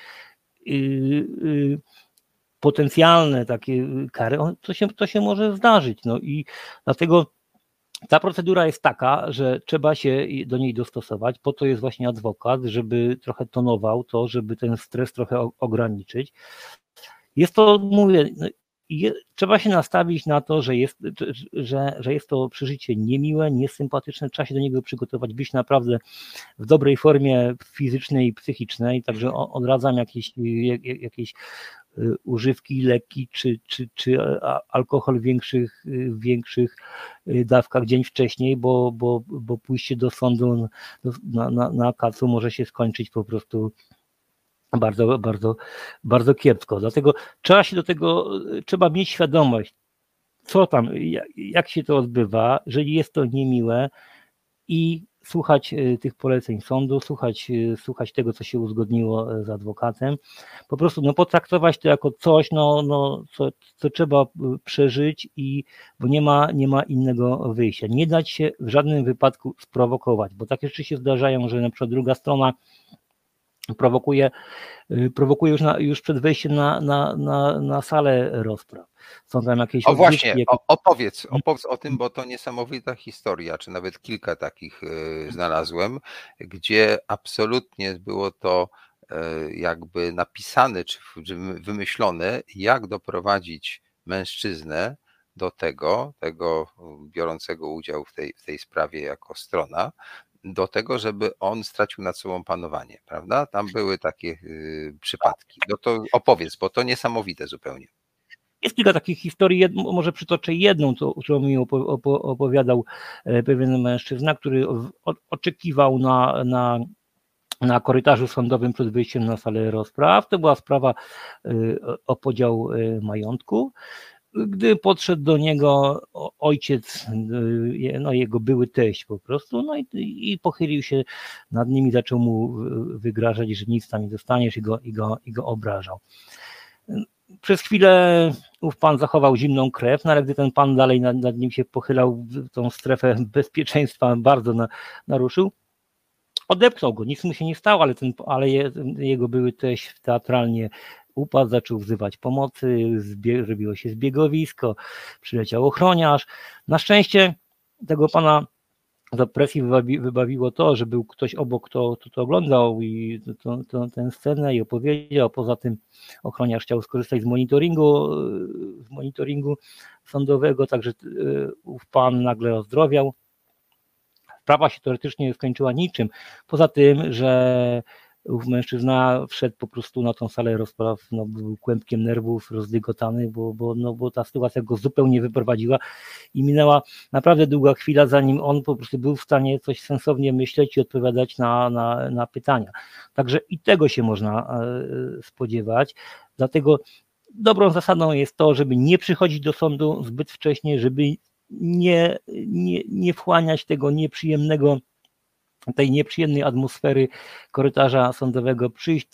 potencjalne takie kary. To się może zdarzyć. I dlatego ta procedura jest taka, że trzeba się do niej dostosować, po to jest właśnie adwokat, żeby trochę tonował to, żeby ten stres trochę ograniczyć. Jest to, mówię, trzeba się nastawić na to, że jest to przeżycie niemiłe, niesympatyczne, trzeba się do niego przygotować, być naprawdę w dobrej formie fizycznej i psychicznej, także odradzam jakieś używki, leki czy alkohol w większych dawkach dzień wcześniej, bo pójście do sądu na kacu może się skończyć po prostu bardzo, bardzo, bardzo kiepsko. Dlatego trzeba mieć świadomość, co tam, jak się to odbywa, jeżeli jest to niemiłe i słuchać tych poleceń sądu, słuchać tego, co się uzgodniło z adwokatem, po prostu potraktować to jako coś, co trzeba przeżyć, bo nie ma innego wyjścia. Nie dać się w żadnym wypadku sprowokować, bo takie rzeczy się zdarzają, że na przykład druga strona prowokuje już przed wejściem na salę rozpraw. Są tam jakieś opowiedz o tym, bo to niesamowita historia, czy nawet kilka takich znalazłem, gdzie absolutnie było to jakby napisane, czy wymyślone, jak doprowadzić mężczyznę do tego biorącego udział w tej sprawie jako strona, do tego, żeby on stracił nad sobą panowanie, prawda? Tam były takie przypadki. No to opowiedz, bo to niesamowite zupełnie. Jest kilka takich historii, może przytoczę jedną, którą mi opowiadał pewien mężczyzna, który oczekiwał na korytarzu sądowym przed wyjściem na salę rozpraw. To była sprawa o podział majątku. Gdy podszedł do niego ojciec, jego były teść po prostu, i pochylił się nad nim i zaczął mu wygrażać, że nic tam nie dostaniesz, i go obrażał. Przez chwilę ów pan zachował zimną krew, ale gdy ten pan dalej nad nim się pochylał, tą strefę bezpieczeństwa bardzo naruszył, odepchnął go, nic mu się nie stało, ale jego były teść teatralnie upadł, zaczął wzywać pomocy, zrobiło się zbiegowisko, przyleciał ochroniarz. Na szczęście tego pana z opresji wybawiło to, że był ktoś obok, kto to oglądał i tę scenę i opowiedział. Poza tym ochroniarz chciał skorzystać z monitoringu sądowego, także ów pan nagle ozdrowiał. Sprawa się teoretycznie skończyła niczym. Poza tym, że ów mężczyzna wszedł po prostu na tą salę rozpraw, no, był kłębkiem nerwów, rozdygotany, bo ta sytuacja go zupełnie wyprowadziła i minęła naprawdę długa chwila, zanim on po prostu był w stanie coś sensownie myśleć i odpowiadać na pytania. Także i tego się można spodziewać, dlatego dobrą zasadą jest to, żeby nie przychodzić do sądu zbyt wcześnie, żeby nie wchłaniać tej nieprzyjemnej atmosfery korytarza sądowego, przyjść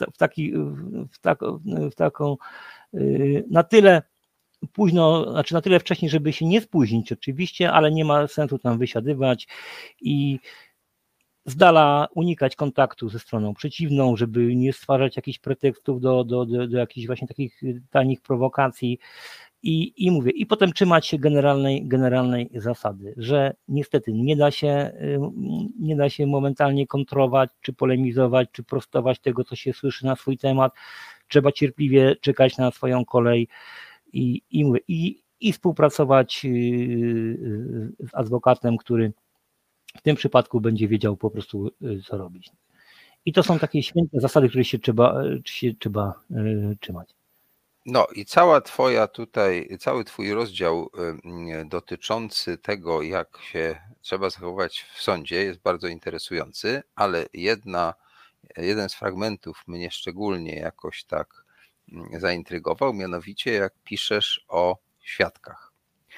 w taką na tyle późno, znaczy na tyle wcześnie, żeby się nie spóźnić oczywiście, ale nie ma sensu tam wysiadywać i z dala unikać kontaktu ze stroną przeciwną, żeby nie stwarzać jakichś pretekstów do jakichś właśnie takich tanich prowokacji i mówię, i potem trzymać się generalnej zasady, że niestety nie da się momentalnie kontrować, czy polemizować, czy prostować tego, co się słyszy na swój temat. Trzeba cierpliwie czekać na swoją kolej i mówię, i współpracować z adwokatem, który w tym przypadku będzie wiedział po prostu, co robić. I to są takie święte zasady, których się trzeba trzymać. No i cały twój rozdział dotyczący tego, jak się trzeba zachować w sądzie, jest bardzo interesujący, ale jeden z fragmentów mnie szczególnie jakoś tak zaintrygował, mianowicie jak piszesz o świadkach.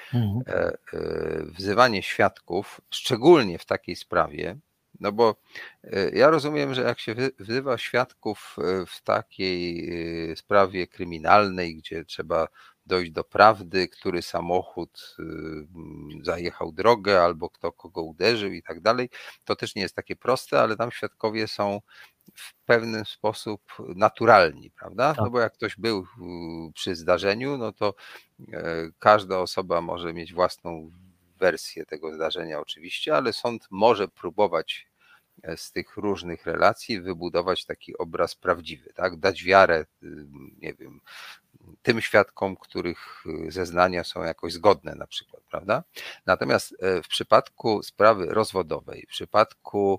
Wzywanie świadków, szczególnie w takiej sprawie, no bo ja rozumiem, że jak się wzywa świadków w takiej sprawie kryminalnej, gdzie trzeba dojść do prawdy, który samochód zajechał drogę albo kto kogo uderzył i tak dalej, to też nie jest takie proste, ale tam świadkowie są w pewien sposób naturalni, prawda? No bo jak ktoś był przy zdarzeniu, no to każda osoba może mieć własną wersję tego zdarzenia oczywiście, ale sąd może próbować z tych różnych relacji wybudować taki obraz prawdziwy, tak? Dać wiarę, nie wiem, tym świadkom, których zeznania są jakoś zgodne na przykład, prawda? Natomiast w przypadku sprawy rozwodowej, w przypadku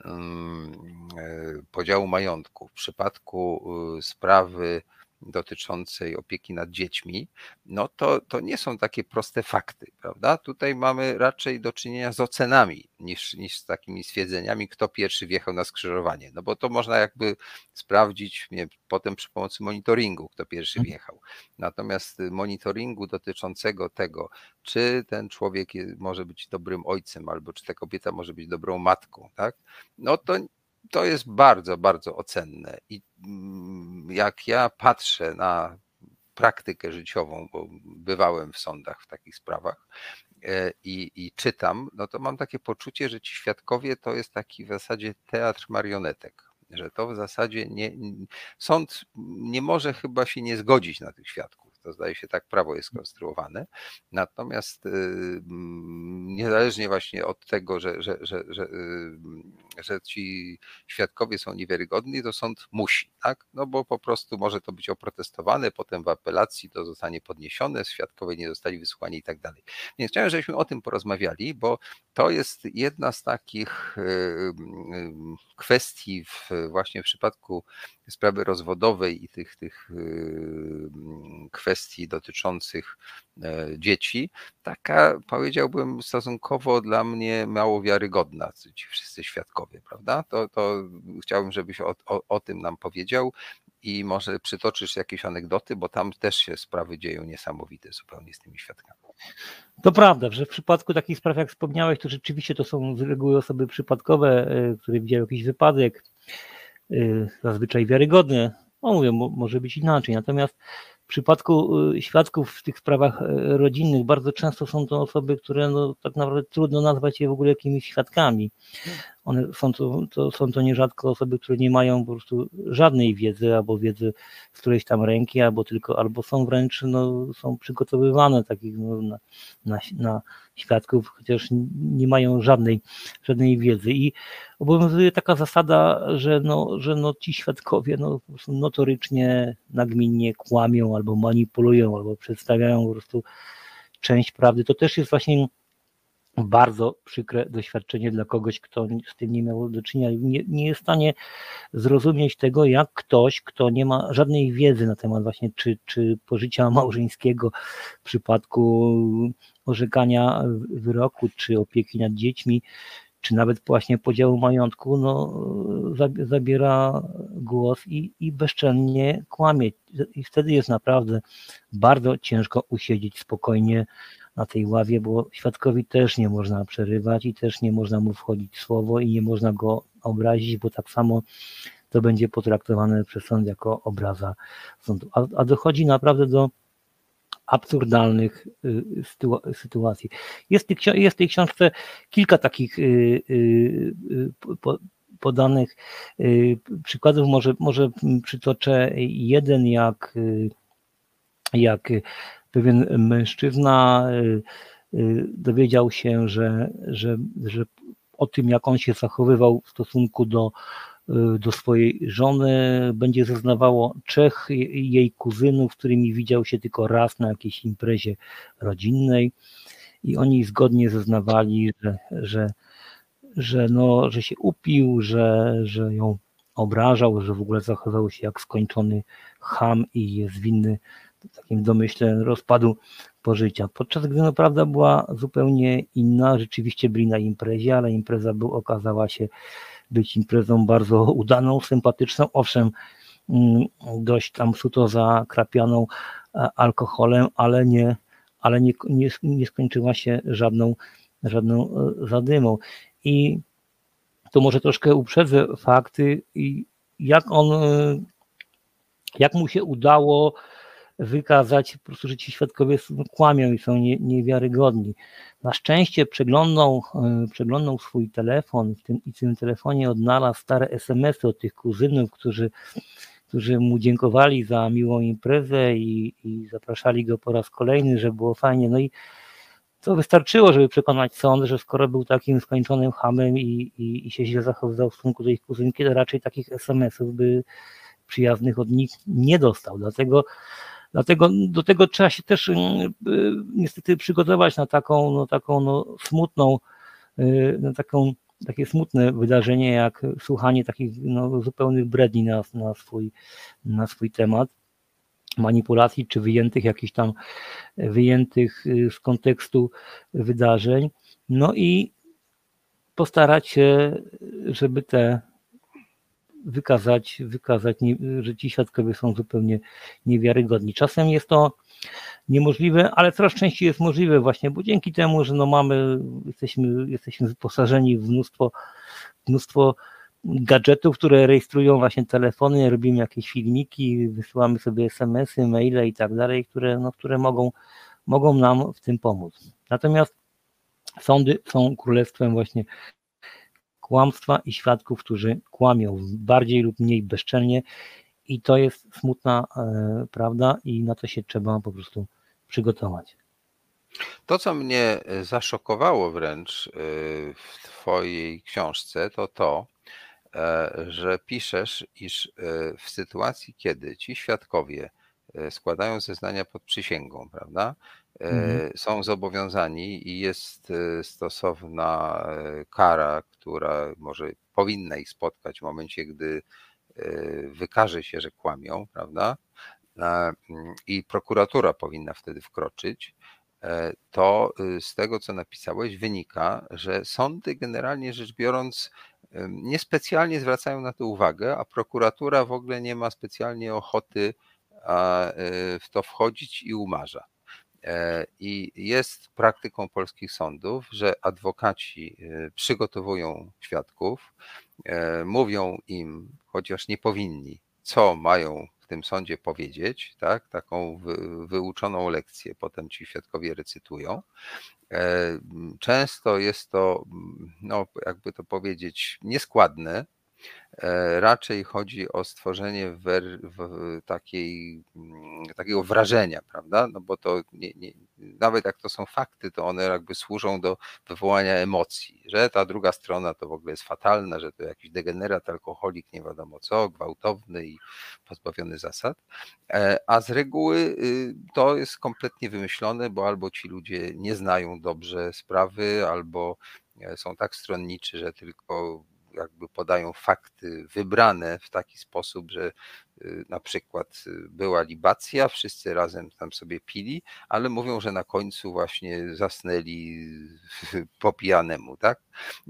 podziału majątku, w przypadku sprawy dotyczącej opieki nad dziećmi, no to nie są takie proste fakty, prawda? Tutaj mamy raczej do czynienia z ocenami niż z takimi stwierdzeniami, kto pierwszy wjechał na skrzyżowanie, no bo to można jakby sprawdzić potem przy pomocy monitoringu, kto pierwszy wjechał. Natomiast monitoringu dotyczącego tego, czy ten człowiek może być dobrym ojcem, albo czy ta kobieta może być dobrą matką, tak? No to jest bardzo, bardzo ocenne i jak ja patrzę na praktykę życiową, bo bywałem w sądach w takich sprawach i czytam, no to mam takie poczucie, że ci świadkowie to jest taki w zasadzie teatr marionetek, że to w zasadzie sąd nie może chyba się nie zgodzić na tych świadków. To zdaje się tak prawo jest skonstruowane. Natomiast niezależnie właśnie od tego, że ci świadkowie są niewiarygodni, to sąd musi, tak? No bo po prostu może to być oprotestowane, potem w apelacji to zostanie podniesione, świadkowie nie zostali wysłuchani i tak dalej. Więc chciałem, żebyśmy o tym porozmawiali, bo to jest jedna z takich kwestii właśnie w przypadku sprawy rozwodowej i tych kwestii dotyczących dzieci, taka powiedziałbym stosunkowo dla mnie mało wiarygodna, ci wszyscy świadkowie, prawda? To chciałbym, żebyś o tym nam powiedział i może przytoczysz jakieś anegdoty, bo tam też się sprawy dzieją niesamowite zupełnie z tymi świadkami. To prawda, że w przypadku takich spraw, jak wspomniałeś, to rzeczywiście to są z reguły osoby przypadkowe, które widziały jakiś wypadek, zazwyczaj wiarygodne. No mówię, może być inaczej. Natomiast w przypadku świadków w tych sprawach rodzinnych bardzo często są to osoby, które no, tak naprawdę trudno nazwać je w ogóle jakimiś świadkami. Są to nierzadko osoby, które nie mają po prostu żadnej wiedzy, albo wiedzy z którejś tam ręki, albo są wręcz są przygotowywane takich na świadków, chociaż nie mają żadnej wiedzy. I obowiązuje taka zasada, że ci świadkowie po prostu notorycznie, nagminnie kłamią, albo manipulują, albo przedstawiają po prostu część prawdy. To też jest właśnie bardzo przykre doświadczenie dla kogoś, kto z tym nie miał do czynienia. Nie jest w stanie zrozumieć tego, jak ktoś, kto nie ma żadnej wiedzy na temat właśnie czy pożycia małżeńskiego w przypadku orzekania wyroku, czy opieki nad dziećmi, czy nawet właśnie podziału majątku, zabiera głos i bezczelnie kłamie. I wtedy jest naprawdę bardzo ciężko usiedzieć spokojnie na tej ławie, bo świadkowi też nie można przerywać i też nie można mu wchodzić w słowo i nie można go obrazić, bo tak samo to będzie potraktowane przez sąd jako obraza sądu. A dochodzi naprawdę do absurdalnych sytuacji. Jest w tej książce kilka takich podanych przykładów. Może przytoczę jeden, jak pewien mężczyzna dowiedział się, że o tym, jak on się zachowywał w stosunku do swojej żony, będzie zeznawało 3 jej kuzynów, z którymi widział się tylko raz na jakiejś imprezie rodzinnej i oni zgodnie zeznawali, że się upił, że ją obrażał, że w ogóle zachowywał się jak skończony cham i jest winny w takim domyśle rozpadu pożycia. Podczas gdy prawda była zupełnie inna, rzeczywiście byli na imprezie, ale impreza okazała się być imprezą bardzo udaną, sympatyczną, owszem, dość tam suto zakrapianą alkoholem, ale nie skończyła się żadną zadymą. I to może troszkę uprzedzę fakty, jak mu się udało wykazać po prostu, że ci świadkowie kłamią i są niewiarygodni. Na szczęście przeglądnął swój telefon i w tym telefonie odnalazł stare SMS-y od tych kuzynów, którzy mu dziękowali za miłą imprezę i zapraszali go po raz kolejny, że było fajnie. No i to wystarczyło, żeby przekonać sąd, że skoro był takim skończonym chamem i się źle zachowywał w stosunku do ich kuzynki, to raczej takich SMS-ów by przyjaznych od nich nie dostał. Dlatego do tego trzeba się też niestety przygotować na taką smutną, takie smutne wydarzenie, jak słuchanie takich zupełnych bredni na swój temat, manipulacji czy wyjętych z kontekstu wydarzeń. No i postarać się, żeby wykazać, że ci świadkowie są zupełnie niewiarygodni. Czasem jest to niemożliwe, ale coraz częściej jest możliwe właśnie, bo dzięki temu, że jesteśmy wyposażeni w mnóstwo gadżetów, które rejestrują właśnie telefony, robimy jakieś filmiki, wysyłamy sobie SMS-y, maile i tak dalej, które mogą nam w tym pomóc. Natomiast sądy są królestwem właśnie kłamstwa i świadków, którzy kłamią bardziej lub mniej bezczelnie i to jest smutna prawda i na to się trzeba po prostu przygotować. To, co mnie zaszokowało wręcz w twojej książce, to, że piszesz, iż w sytuacji, kiedy ci świadkowie składają zeznania pod przysięgą, prawda, są zobowiązani i jest stosowna kara, która może powinna ich spotkać w momencie, gdy wykaże się, że kłamią, prawda, i prokuratura powinna wtedy wkroczyć, to z tego, co napisałeś, wynika, że sądy generalnie rzecz biorąc niespecjalnie zwracają na to uwagę, a prokuratura w ogóle nie ma specjalnie ochoty w to wchodzić i umarza. I jest praktyką polskich sądów, że adwokaci przygotowują świadków, mówią im, chociaż nie powinni, co mają w tym sądzie powiedzieć, tak? Taką wyuczoną lekcję potem ci świadkowie recytują. Często jest to, jakby to powiedzieć, nieskładne. Raczej chodzi o stworzenie takiego wrażenia, prawda? No bo to nawet jak to są fakty, to one jakby służą do wywołania emocji, że ta druga strona to w ogóle jest fatalna, że to jakiś degenerat, alkoholik, nie wiadomo co, gwałtowny i pozbawiony zasad. A z reguły to jest kompletnie wymyślone, bo albo ci ludzie nie znają dobrze sprawy, albo są tak stronniczy, że tylko jakby podają fakty wybrane w taki sposób, że na przykład była libacja, wszyscy razem tam sobie pili, ale mówią, że na końcu właśnie zasnęli po pijanemu, tak?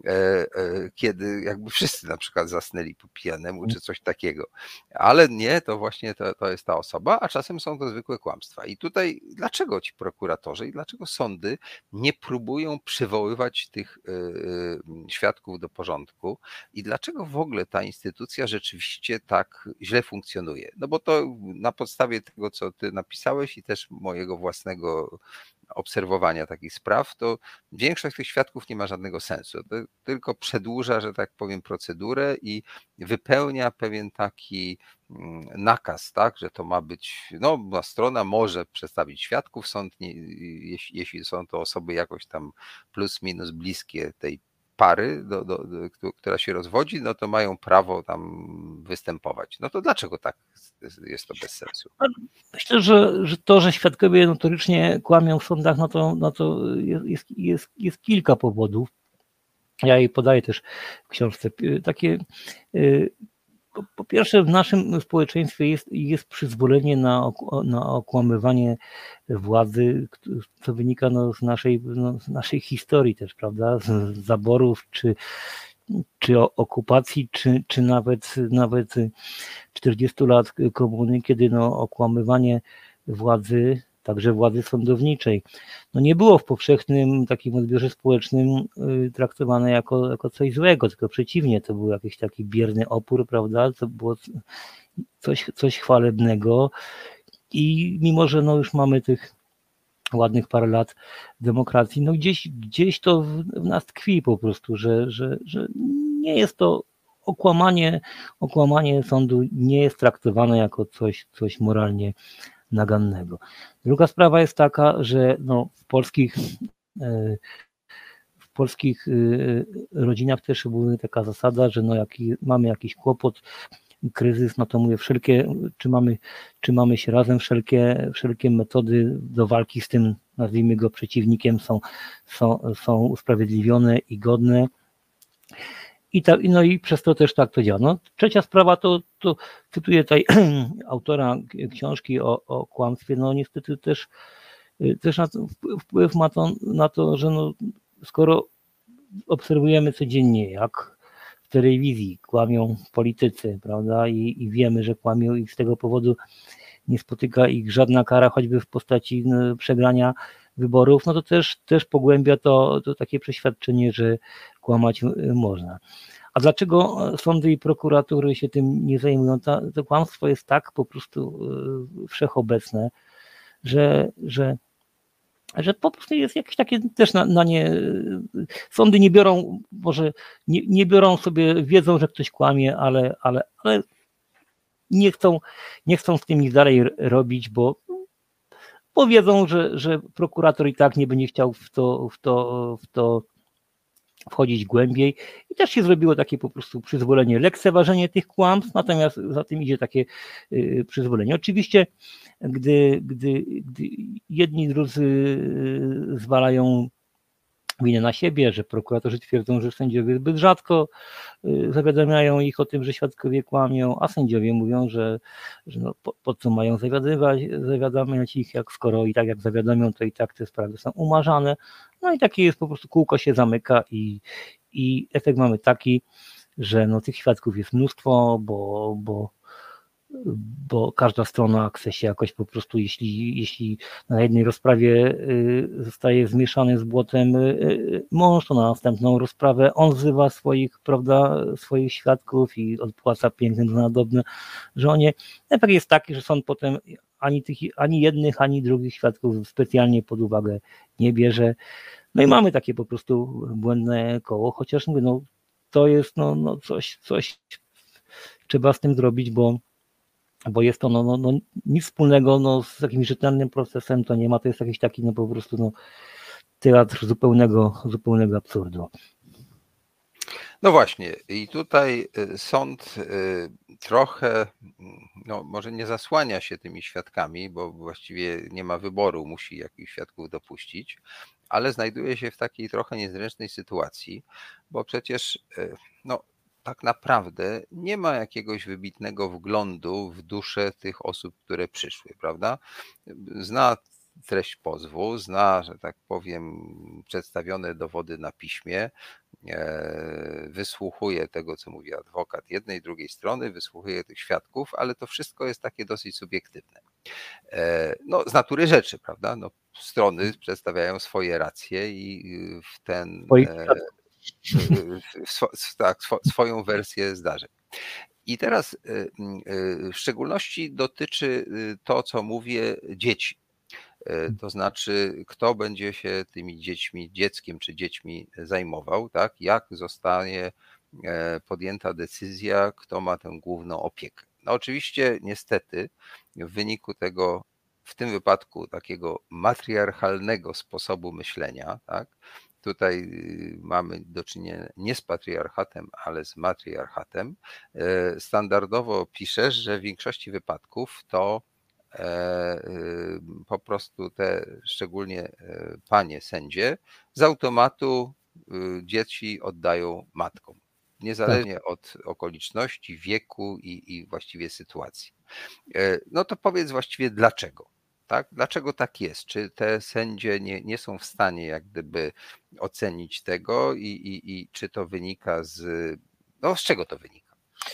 Kiedy jakby wszyscy na przykład zasnęli po pijanemu, czy coś takiego. Ale nie, to właśnie to jest ta osoba, a czasem są to zwykłe kłamstwa. I tutaj dlaczego ci prokuratorzy i dlaczego sądy nie próbują przywoływać tych świadków do porządku i dlaczego w ogóle ta instytucja rzeczywiście tak źle funkcjonuje? No bo to na podstawie tego, co ty napisałeś i też mojego własnego obserwowania takich spraw, to większość tych świadków nie ma żadnego sensu. To tylko przedłuża, że tak powiem, procedurę i wypełnia pewien taki nakaz, tak, że to ma być, no strona może przedstawić świadków, sąd, jeśli są to osoby jakoś tam plus minus bliskie tej pary, która się rozwodzi, no to mają prawo tam występować. No to dlaczego tak jest to bez sensu? Myślę, że to, że świadkowie notorycznie kłamią w sądach, no to jest kilka powodów. Ja jej podaję też w książce. Takie, po pierwsze, w naszym społeczeństwie jest przyzwolenie na okłamywanie władzy, co wynika z naszej historii też, prawda? Z zaborów, czy okupacji, czy nawet 40 lat komuny, kiedy okłamywanie władzy, także władzy sądowniczej, nie było w powszechnym takim odbiorze społecznym traktowane jako coś złego, tylko przeciwnie, to był jakiś taki bierny opór, prawda, to było coś chwalebnego i mimo, że już mamy tych ładnych parę lat demokracji, gdzieś to w nas tkwi po prostu, że nie jest to okłamanie sądu nie jest traktowane jako coś moralnie nagannego. Druga sprawa jest taka, że w polskich rodzinach też była taka zasada, że jak mamy jakiś kłopot, kryzys, to mówię, trzymamy się razem, wszelkie metody do walki z tym, nazwijmy go, przeciwnikiem są usprawiedliwione i godne. I przez to też tak to działa. Trzecia sprawa to cytuję tutaj autora książki o kłamstwie, niestety też wpływ ma to na to, że skoro obserwujemy codziennie, jak w telewizji kłamią politycy, prawda, i wiemy, że kłamią i z tego powodu nie spotyka ich żadna kara, choćby w postaci przegrania wyborów, to też pogłębia to takie przeświadczenie, że kłamać można. A dlaczego sądy i prokuratury się tym nie zajmują? To kłamstwo jest tak po prostu wszechobecne, że po prostu jest jakieś takie też na nie, sądy nie biorą, może nie biorą sobie, wiedzą, że ktoś kłamie, ale nie chcą z tym nic dalej robić, bo wiedzą, że prokurator i tak nie będzie chciał w to wchodzić głębiej i też się zrobiło takie po prostu przyzwolenie, lekceważenie tych kłamstw, natomiast za tym idzie takie przyzwolenie. Oczywiście, gdy jedni i drudzy zwalają winę na siebie, że prokuratorzy twierdzą, że sędziowie zbyt rzadko zawiadamiają ich o tym, że świadkowie kłamią, a sędziowie mówią, że po co mają zawiadamiać ich, skoro i tak jak zawiadomią, to i tak te sprawy są umarzane. I takie jest po prostu, kółko się zamyka i efekt mamy taki, że tych świadków jest mnóstwo, bo każda strona chce się jakoś po prostu, jeśli na jednej rozprawie zostaje zmieszany z błotem mąż, to na następną rozprawę on wzywa swoich świadków i odpłaca piękne do nadobne żonie. Efekt jest taki, że sąd potem ani jednych, ani drugich świadków specjalnie pod uwagę nie bierze. I mamy takie po prostu błędne koło, chociaż mówię, to jest coś trzeba z tym zrobić, bo bo jest to nic wspólnego z jakimś rzetelnym procesem, to nie ma, to jest jakiś taki po prostu teatr zupełnego absurdu. No właśnie, i tutaj sąd trochę, może nie zasłania się tymi świadkami, bo właściwie nie ma wyboru, musi jakichś świadków dopuścić, ale znajduje się w takiej trochę niezręcznej sytuacji, bo przecież tak naprawdę nie ma jakiegoś wybitnego wglądu w duszę tych osób, które przyszły, prawda? Zna treść pozwu, zna, że tak powiem, przedstawione dowody na piśmie, wysłuchuje tego, co mówi adwokat jednej, drugiej strony, wysłuchuje tych świadków, ale to wszystko jest takie dosyć subiektywne. Z natury rzeczy, prawda? Strony przedstawiają swoje racje i swoją wersję zdarzeń. I teraz w szczególności dotyczy to, co mówię, dzieci. To znaczy, kto będzie się tymi dzieckiem czy dziećmi zajmował, tak? Jak zostanie podjęta decyzja, kto ma tę główną opiekę. Oczywiście, niestety, w wyniku tego, w tym wypadku takiego matriarchalnego sposobu myślenia, tak? Tutaj mamy do czynienia nie z patriarchatem, ale z matriarchatem. Standardowo piszesz, że w większości wypadków to po prostu te szczególnie panie sędzie z automatu dzieci oddają matkom, niezależnie od okoliczności, wieku i właściwie sytuacji. No to powiedz właściwie dlaczego, tak? Dlaczego tak jest? Czy te sędzie nie są w stanie jak gdyby ocenić tego i czy to wynika z czego to wynika?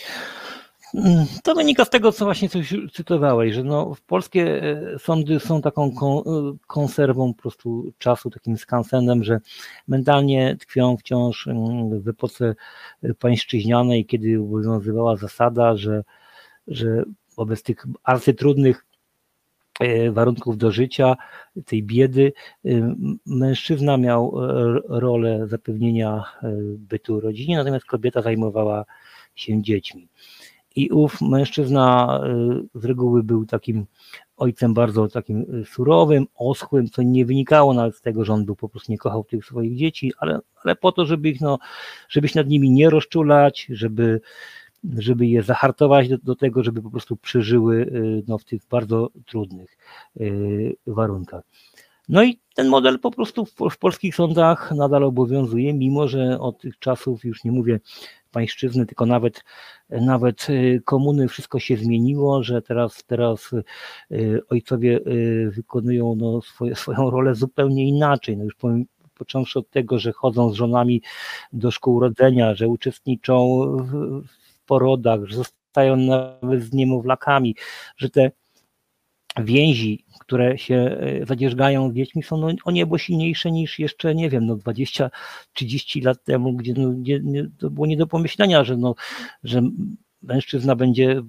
To wynika z tego, co właśnie coś cytowałeś, że polskie sądy są taką konserwą po prostu czasu, takim skansenem, że mentalnie tkwią wciąż w epoce pańszczyźnianej, kiedy obowiązywała zasada, że wobec tych arcytrudnych warunków do życia, tej biedy, mężczyzna miał rolę zapewnienia bytu rodzinie, natomiast kobieta zajmowała się dziećmi. I ów mężczyzna z reguły był takim ojcem bardzo takim surowym, oschłym, co nie wynikało nawet z tego, że on był po prostu nie kochał tych swoich dzieci, ale po to, żeby się nad nimi nie rozczulać, żeby je zahartować do tego, żeby po prostu przeżyły w tych bardzo trudnych warunkach. No i ten model po prostu w polskich sądach nadal obowiązuje, mimo że od tych czasów, już nie mówię pańszczyzny, tylko nawet komuny, wszystko się zmieniło, że teraz ojcowie wykonują swoją rolę zupełnie inaczej. Już począwszy od tego, że chodzą z żonami do szkół rodzenia, że uczestniczą w porodach, że zostają nawet z niemowlakami, że te więzi, które się zadzierzgają z dziećmi, są o niebo silniejsze niż jeszcze, 20-30 lat temu, gdzie to było nie do pomyślenia, że mężczyzna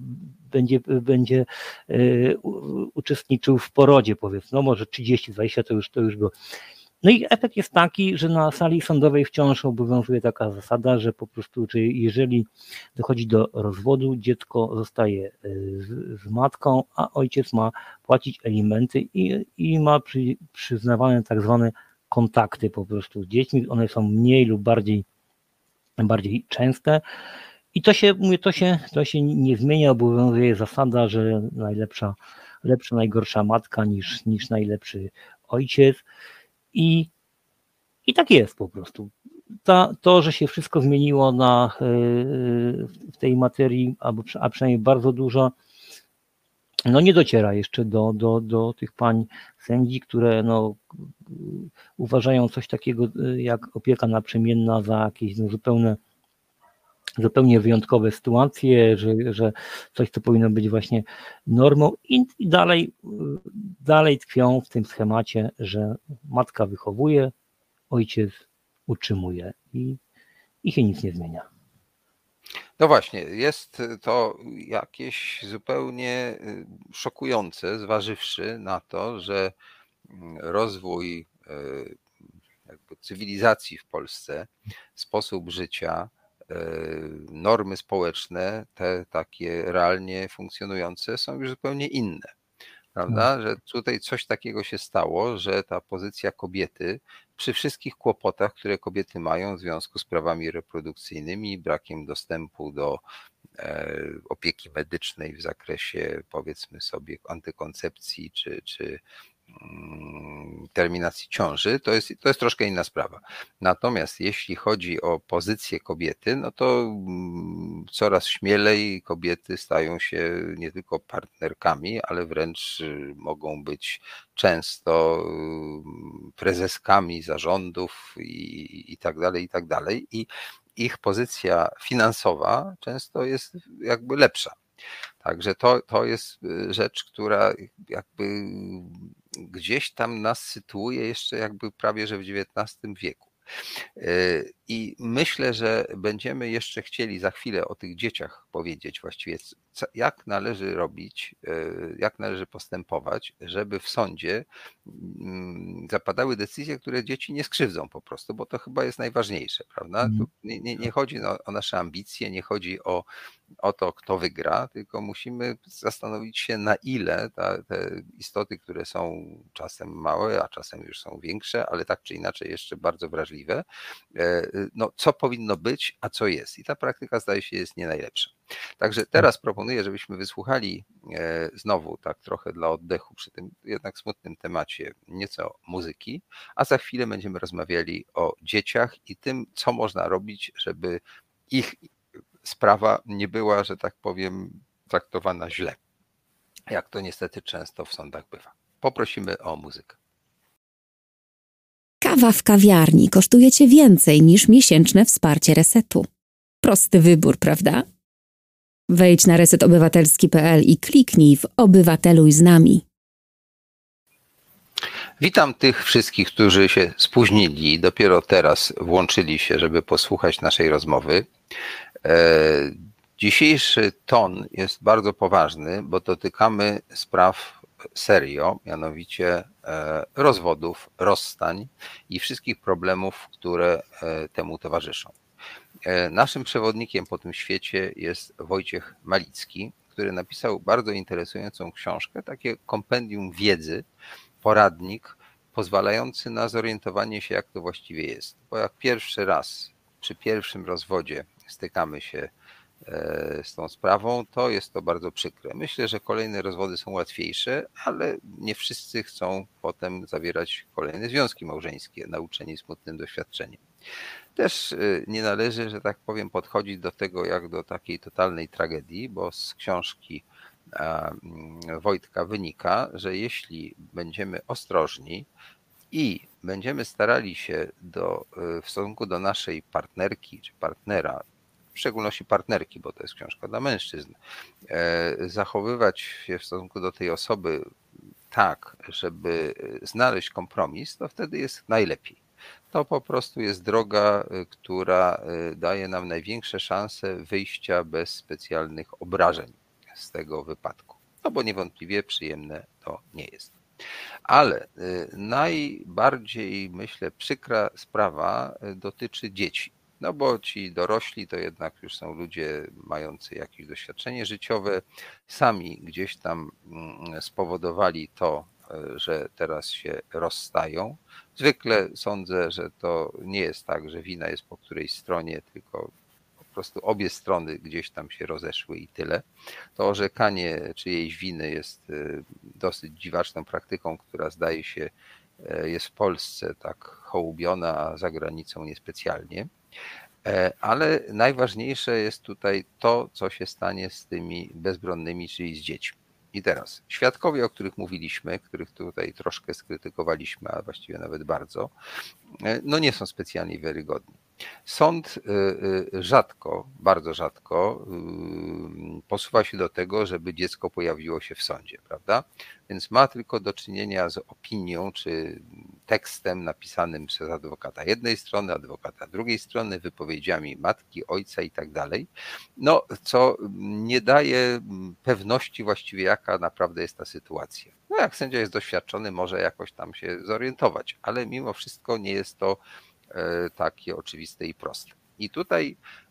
będzie uczestniczył w porodzie, powiedzmy, może 30-20 to już było. No i efekt jest taki, że na sali sądowej wciąż obowiązuje taka zasada, że po prostu, że jeżeli dochodzi do rozwodu, dziecko zostaje z matką, a ojciec ma płacić alimenty i ma przyznawane tak zwane kontakty po prostu z dziećmi. One są mniej lub bardziej częste. I to się nie zmienia, obowiązuje zasada, że lepsza, najgorsza matka niż najlepszy ojciec. I tak jest po prostu. To, że się wszystko zmieniło w tej materii, a przynajmniej bardzo dużo, nie dociera jeszcze do tych pań sędzi, które uważają coś takiego jak opieka naprzemienna za jakieś zupełnie wyjątkowe sytuacje, że coś, co powinno być właśnie normą i dalej tkwią w tym schemacie, że matka wychowuje, ojciec utrzymuje i się nic nie zmienia. No właśnie, jest to jakieś zupełnie szokujące, zważywszy na to, że rozwój jakby cywilizacji w Polsce, sposób życia normy społeczne, te takie realnie funkcjonujące, są już zupełnie inne. Prawda? Że tutaj coś takiego się stało, że ta pozycja kobiety przy wszystkich kłopotach, które kobiety mają w związku z prawami reprodukcyjnymi, brakiem dostępu do opieki medycznej w zakresie, powiedzmy sobie, antykoncepcji czy terminacji ciąży, to jest troszkę inna sprawa. Natomiast jeśli chodzi o pozycję kobiety, no to coraz śmielej kobiety stają się nie tylko partnerkami, ale wręcz mogą być często prezeskami zarządów i tak dalej, i tak dalej. I ich pozycja finansowa często jest jakby lepsza. Także to jest rzecz, która jakby gdzieś tam nas sytuuje jeszcze jakby prawie że w XIX wieku. I myślę, że będziemy jeszcze chcieli za chwilę o tych dzieciach powiedzieć właściwie, jak należy robić, jak należy postępować, żeby w sądzie zapadały decyzje, które dzieci nie skrzywdzą po prostu, bo to chyba jest najważniejsze, prawda? Nie chodzi o nasze ambicje, nie chodzi o to, kto wygra, tylko musimy zastanowić się, na ile te istoty, które są czasem małe, a czasem już są większe, ale tak czy inaczej jeszcze bardzo wrażliwe, no, co powinno być, a co jest. I ta praktyka, zdaje się, jest nie najlepsza. Także teraz proponuję, żebyśmy wysłuchali znowu tak trochę dla oddechu przy tym jednak smutnym temacie nieco muzyki, a za chwilę będziemy rozmawiali o dzieciach i tym, co można robić, żeby ich sprawa nie była, że tak powiem, traktowana źle, jak to niestety często w sądach bywa. Poprosimy o muzykę. Kawa w kawiarni kosztuje Cię więcej niż miesięczne wsparcie Resetu. Prosty wybór, prawda? Wejdź na resetobywatelski.pl i kliknij w Obywateluj z nami. Witam tych wszystkich, którzy się spóźnili i dopiero teraz włączyli się, żeby posłuchać naszej rozmowy. Dzisiejszy ton jest bardzo poważny, bo dotykamy spraw serio, mianowicie rozwodów, rozstań i wszystkich problemów, które temu towarzyszą. Naszym przewodnikiem po tym świecie jest Wojciech Malicki, który napisał bardzo interesującą książkę, takie kompendium wiedzy, poradnik pozwalający na zorientowanie się, jak to właściwie jest. Bo jak pierwszy raz przy pierwszym rozwodzie stykamy się z tą sprawą, to jest to bardzo przykre. Myślę, że kolejne rozwody są łatwiejsze, ale nie wszyscy chcą potem zawierać kolejne związki małżeńskie, nauczeni smutnym doświadczeniem. Też nie należy, że tak powiem, podchodzić do tego jak do takiej totalnej tragedii, bo z książki Wojtka wynika, że jeśli będziemy ostrożni i będziemy starali się w stosunku do naszej partnerki czy partnera, w szczególności partnerki, bo to jest książka dla mężczyzn, zachowywać się w stosunku do tej osoby tak, żeby znaleźć kompromis, to wtedy jest najlepiej. To po prostu jest droga, która daje nam największe szanse wyjścia bez specjalnych obrażeń z tego wypadku. No bo niewątpliwie przyjemne to nie jest. Ale najbardziej, myślę, przykra sprawa dotyczy dzieci. No bo ci dorośli to jednak już są ludzie mający jakieś doświadczenie życiowe, sami gdzieś tam spowodowali to, że teraz się rozstają. Zwykle sądzę, że to nie jest tak, że wina jest po którejś stronie, tylko po prostu obie strony gdzieś tam się rozeszły i tyle. To orzekanie czyjejś winy jest dosyć dziwaczną praktyką, która zdaje się jest w Polsce tak hołubiona, a za granicą niespecjalnie. Ale najważniejsze jest tutaj to, co się stanie z tymi bezbronnymi, czyli z dziećmi. I teraz świadkowie, o których mówiliśmy, których tutaj troszkę skrytykowaliśmy, a właściwie nawet bardzo, no nie są specjalnie wiarygodni. Sąd rzadko, bardzo rzadko posuwa się do tego, żeby dziecko pojawiło się w sądzie, prawda? Więc ma tylko do czynienia z opinią czy tekstem napisanym przez adwokata jednej strony, adwokata drugiej strony, wypowiedziami matki, ojca i tak dalej. No, co nie daje pewności właściwie, jaka naprawdę jest ta sytuacja. No, jak sędzia jest doświadczony, może jakoś tam się zorientować, ale mimo wszystko nie jest to takie oczywiste i proste. I tutaj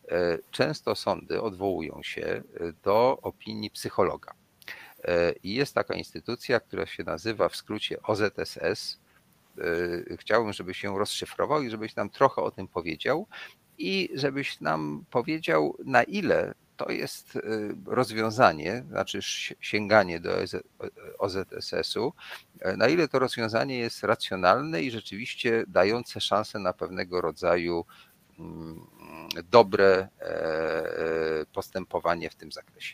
często sądy odwołują się do opinii psychologa. I jest taka instytucja, która się nazywa w skrócie OZSS. Chciałbym, żebyś się rozszyfrował i żebyś nam trochę o tym powiedział i żebyś nam powiedział, na ile to jest rozwiązanie, znaczy sięganie do OZSS-u, na ile to rozwiązanie jest racjonalne i rzeczywiście dające szansę na pewnego rodzaju dobre postępowanie w tym zakresie.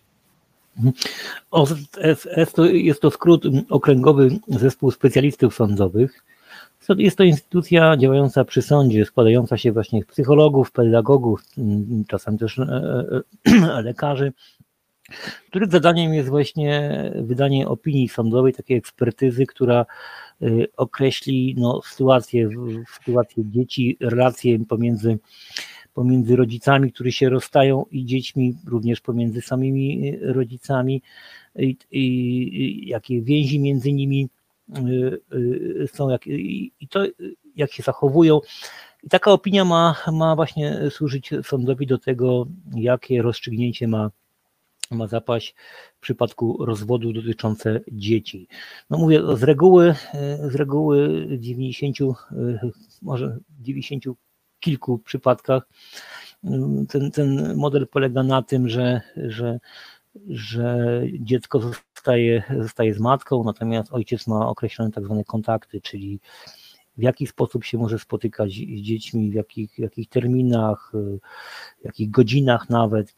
OZSS jest to skrót Okręgowy Zespół Specjalistów Sądowych. Jest to instytucja działająca przy sądzie, składająca się właśnie z psychologów, pedagogów, czasem też lekarzy, których zadaniem jest właśnie wydanie opinii sądowej, takiej ekspertyzy, która określi sytuację dzieci, relacje pomiędzy rodzicami, którzy się rozstają, i dziećmi, również pomiędzy samymi rodzicami, i jakie więzi między nimi są, i to, jak się zachowują. I taka opinia ma właśnie służyć sądowi do tego, jakie rozstrzygnięcie ma zapaść w przypadku rozwodu dotyczące dzieci. No mówię, z reguły 90, może 90 kilku przypadkach ten model polega na tym, że dziecko zostaje z matką, natomiast ojciec ma określone tak zwane kontakty, czyli w jaki sposób się może spotykać z dziećmi, w jakich terminach, w jakich godzinach nawet,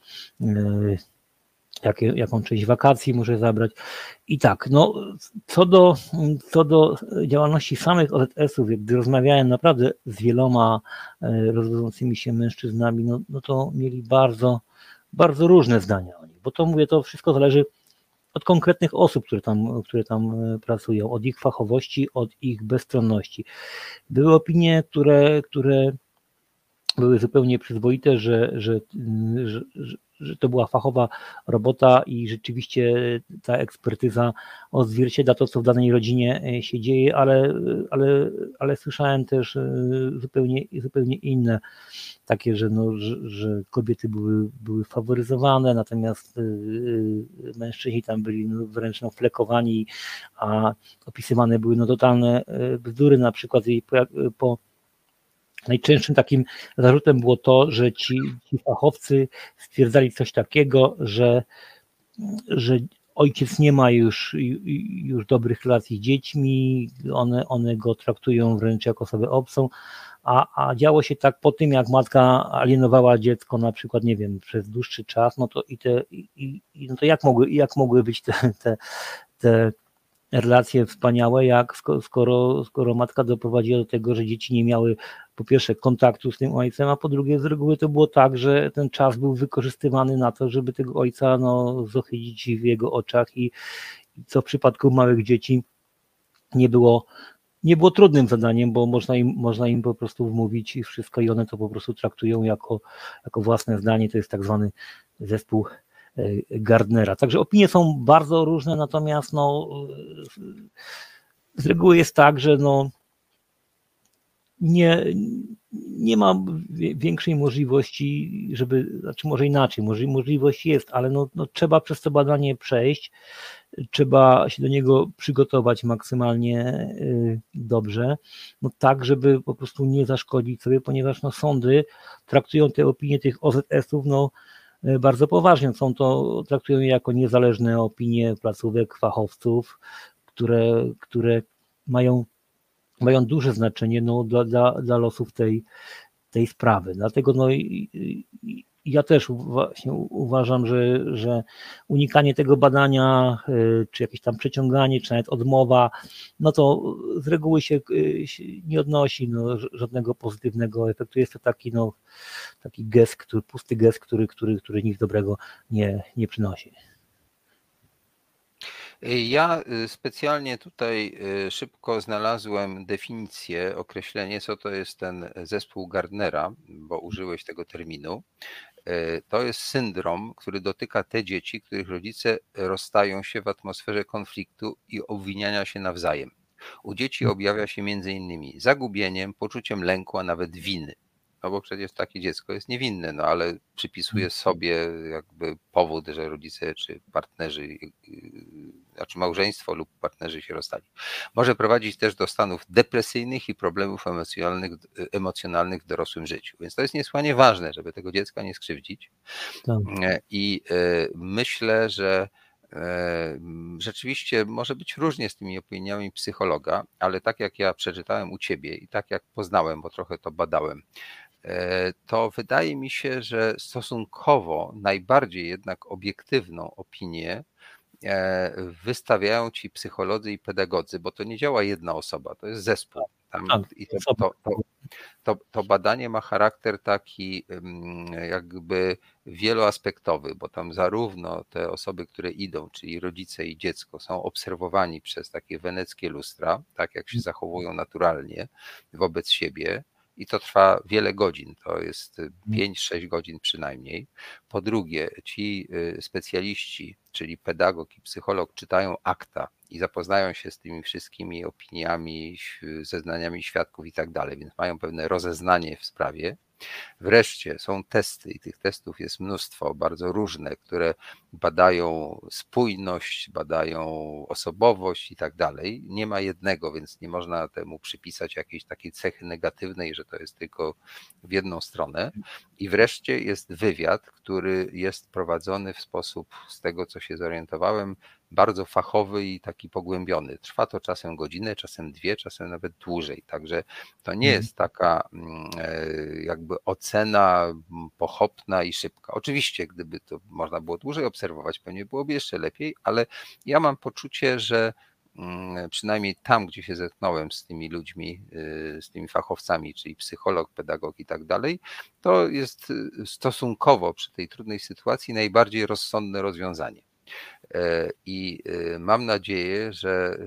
jaką część wakacji może zabrać. I tak, co do działalności samych OZS-ów, gdy rozmawiałem naprawdę z wieloma rozwodzącymi się mężczyznami, no to mieli bardzo, bardzo różne zdania o nich, bo to wszystko zależy od konkretnych osób, które tam pracują, od ich fachowości, od ich bezstronności. Były opinie, które były zupełnie przyzwoite, że to była fachowa robota i rzeczywiście ta ekspertyza odzwierciedla to, co w danej rodzinie się dzieje, ale słyszałem też zupełnie inne, takie, że kobiety były faworyzowane, natomiast mężczyźni tam byli wręcz flekowani, a opisywane były totalne bzdury. Na przykład po najczęstszym takim zarzutem było to, że ci fachowcy stwierdzali coś takiego, że ojciec nie ma już dobrych relacji z dziećmi, one go traktują wręcz jako osobę obcą, a działo się tak po tym, jak matka alienowała dziecko na przykład, nie wiem, przez dłuższy czas, no to jak mogły być te relacje wspaniałe, skoro matka doprowadziła do tego, że dzieci nie miały po pierwsze kontaktu z tym ojcem, a po drugie z reguły to było tak, że ten czas był wykorzystywany na to, żeby tego ojca zohydzić w jego oczach, i co w przypadku małych dzieci nie było trudnym zadaniem, bo można im po prostu wmówić wszystko i one to po prostu traktują jako własne zdanie. To jest tak zwany zespół Gardnera. Także opinie są bardzo różne, natomiast z reguły jest tak, że nie ma większej możliwości, znaczy może inaczej, możliwość jest, ale trzeba przez to badanie przejść, trzeba się do niego przygotować maksymalnie dobrze, tak, żeby po prostu nie zaszkodzić sobie, ponieważ sądy traktują te opinie tych OZS-ów bardzo poważnie. Traktują je jako niezależne opinie placówek, fachowców, które mają duże znaczenie dla losów tej sprawy. Dlatego ja też właśnie uważam, że unikanie tego badania, czy jakieś tam przeciąganie, czy nawet odmowa, to z reguły się nie odnosi żadnego pozytywnego efektu. Jest to taki gest, pusty gest, który nic dobrego nie przynosi. Ja specjalnie tutaj szybko znalazłem definicję, określenie, co to jest ten zespół Gardnera, bo użyłeś tego terminu. To jest syndrom, który dotyka te dzieci, których rodzice rozstają się w atmosferze konfliktu i obwiniania się nawzajem. U dzieci objawia się m.in. zagubieniem, poczuciem lęku, a nawet winy. no bo przecież takie dziecko jest niewinne, no ale przypisuje sobie jakby powód, że rodzice czy partnerzy, znaczy małżeństwo lub partnerzy się rozstali. Może prowadzić też do stanów depresyjnych i problemów emocjonalnych w dorosłym życiu. Więc to jest niesłychanie ważne, żeby tego dziecka nie skrzywdzić. Tak. I myślę, że rzeczywiście może być różnie z tymi opiniami psychologa, ale tak jak ja przeczytałem u ciebie i tak jak poznałem, bo trochę to badałem, to wydaje mi się, że stosunkowo najbardziej jednak obiektywną opinię wystawiają ci psycholodzy i pedagodzy, bo to nie działa jedna osoba, to jest zespół. I to badanie ma charakter taki jakby wieloaspektowy, bo tam zarówno te osoby, które idą, czyli rodzice i dziecko, są obserwowani przez takie weneckie lustra, tak jak się zachowują naturalnie wobec siebie, i to trwa wiele godzin, to jest 5-6 godzin przynajmniej. Po drugie, ci specjaliści, czyli pedagog i psycholog, czytają akta i zapoznają się z tymi wszystkimi opiniami, zeznaniami świadków i tak dalej, więc mają pewne rozeznanie w sprawie. Wreszcie są testy i tych testów jest mnóstwo, bardzo różne, które badają spójność, badają osobowość i tak dalej. Nie ma jednego, więc nie można temu przypisać jakiejś takiej cechy negatywnej, że to jest tylko w jedną stronę. I wreszcie jest wywiad, który jest prowadzony w sposób, z tego co się zorientowałem, bardzo fachowy i taki pogłębiony. Trwa to czasem godzinę, czasem 2, czasem nawet dłużej. Także to nie jest taka jakby ocena pochopna i szybka. Oczywiście, gdyby to można było dłużej obserwować, pewnie byłoby jeszcze lepiej, ale ja mam poczucie, że przynajmniej tam, gdzie się zetknąłem z tymi ludźmi, z tymi fachowcami, czyli psycholog, pedagog i tak dalej, to jest stosunkowo przy tej trudnej sytuacji najbardziej rozsądne rozwiązanie. I mam nadzieję, że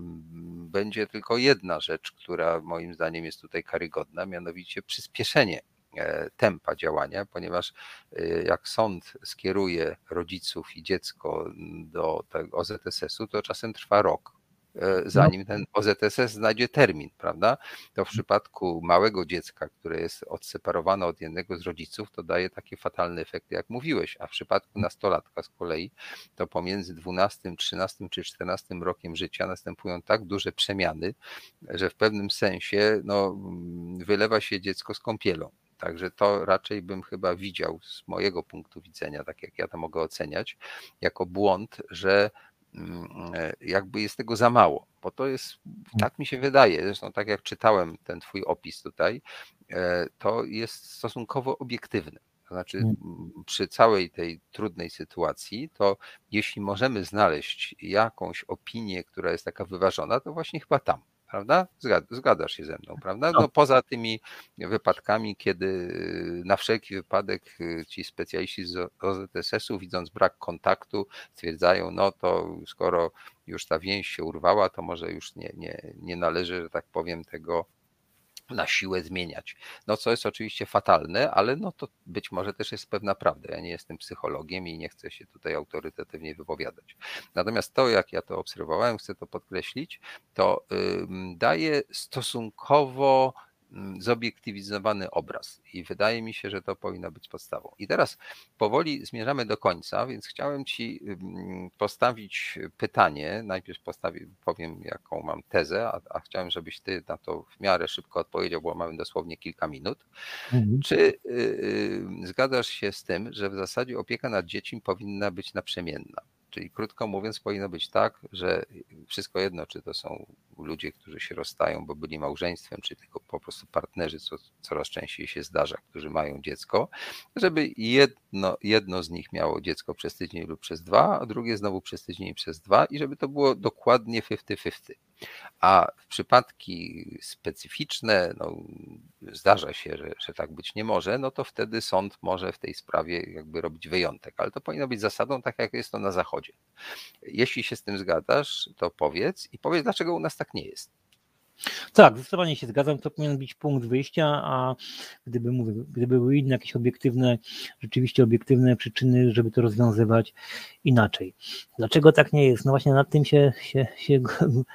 będzie tylko jedna rzecz, która moim zdaniem jest tutaj karygodna, mianowicie przyspieszenie tempa działania, ponieważ jak sąd skieruje rodziców i dziecko do tego OZSS-u, to czasem trwa rok, zanim ten OZSS znajdzie termin, prawda? To w przypadku małego dziecka, które jest odseparowane od jednego z rodziców, to daje takie fatalne efekty, jak mówiłeś, a w przypadku nastolatka z kolei, to pomiędzy 12, 13 czy 14 rokiem życia następują tak duże przemiany, że w pewnym sensie wylewa się dziecko z kąpielą. Także to raczej bym chyba widział z mojego punktu widzenia, tak jak ja to mogę oceniać, jako błąd, że jakby jest tego za mało, bo to jest, tak mi się wydaje, zresztą tak jak czytałem ten twój opis tutaj, to jest stosunkowo obiektywne. To znaczy przy całej tej trudnej sytuacji, to jeśli możemy znaleźć jakąś opinię, która jest taka wyważona, to właśnie chyba tam. Prawda? Zgadzasz się ze mną, prawda? No poza tymi wypadkami, kiedy na wszelki wypadek ci specjaliści z OZSS-u, widząc brak kontaktu, stwierdzają, no to skoro już ta więź się urwała, to może już nie należy, że tak powiem, tego na siłę zmieniać. No co jest oczywiście fatalne, ale no to być może też jest pewna prawda. Ja nie jestem psychologiem i nie chcę się tutaj autorytatywnie wypowiadać. Natomiast to, jak ja to obserwowałem, chcę to podkreślić, to daje stosunkowo zobiektywizowany obraz i wydaje mi się, że to powinno być podstawą. I teraz powoli zmierzamy do końca, więc chciałem ci postawić pytanie. Najpierw powiem, jaką mam tezę, a chciałem, żebyś ty na to w miarę szybko odpowiedział, bo mamy dosłownie kilka minut. Czy zgadzasz się z tym, że w zasadzie opieka nad dziećmi powinna być naprzemienna? Czyli krótko mówiąc, powinno być tak, że wszystko jedno, czy to są ludzie, którzy się rozstają, bo byli małżeństwem, czy tylko po prostu partnerzy, co coraz częściej się zdarza, którzy mają dziecko, żeby jedno z nich miało dziecko przez tydzień lub przez 2, a drugie znowu przez tydzień i przez 2 i żeby to było dokładnie 50-50. A w przypadki specyficzne, zdarza się, że tak być nie może, no to wtedy sąd może w tej sprawie jakby robić wyjątek, ale to powinno być zasadą, tak jak jest to na Zachodzie. Jeśli się z tym zgadzasz, to powiedz dlaczego u nas tak nie jest. Tak, zdecydowanie się zgadzam, to powinien być punkt wyjścia, a gdyby były inne jakieś rzeczywiście obiektywne przyczyny, żeby to rozwiązywać inaczej. Dlaczego tak nie jest? No właśnie nad tym się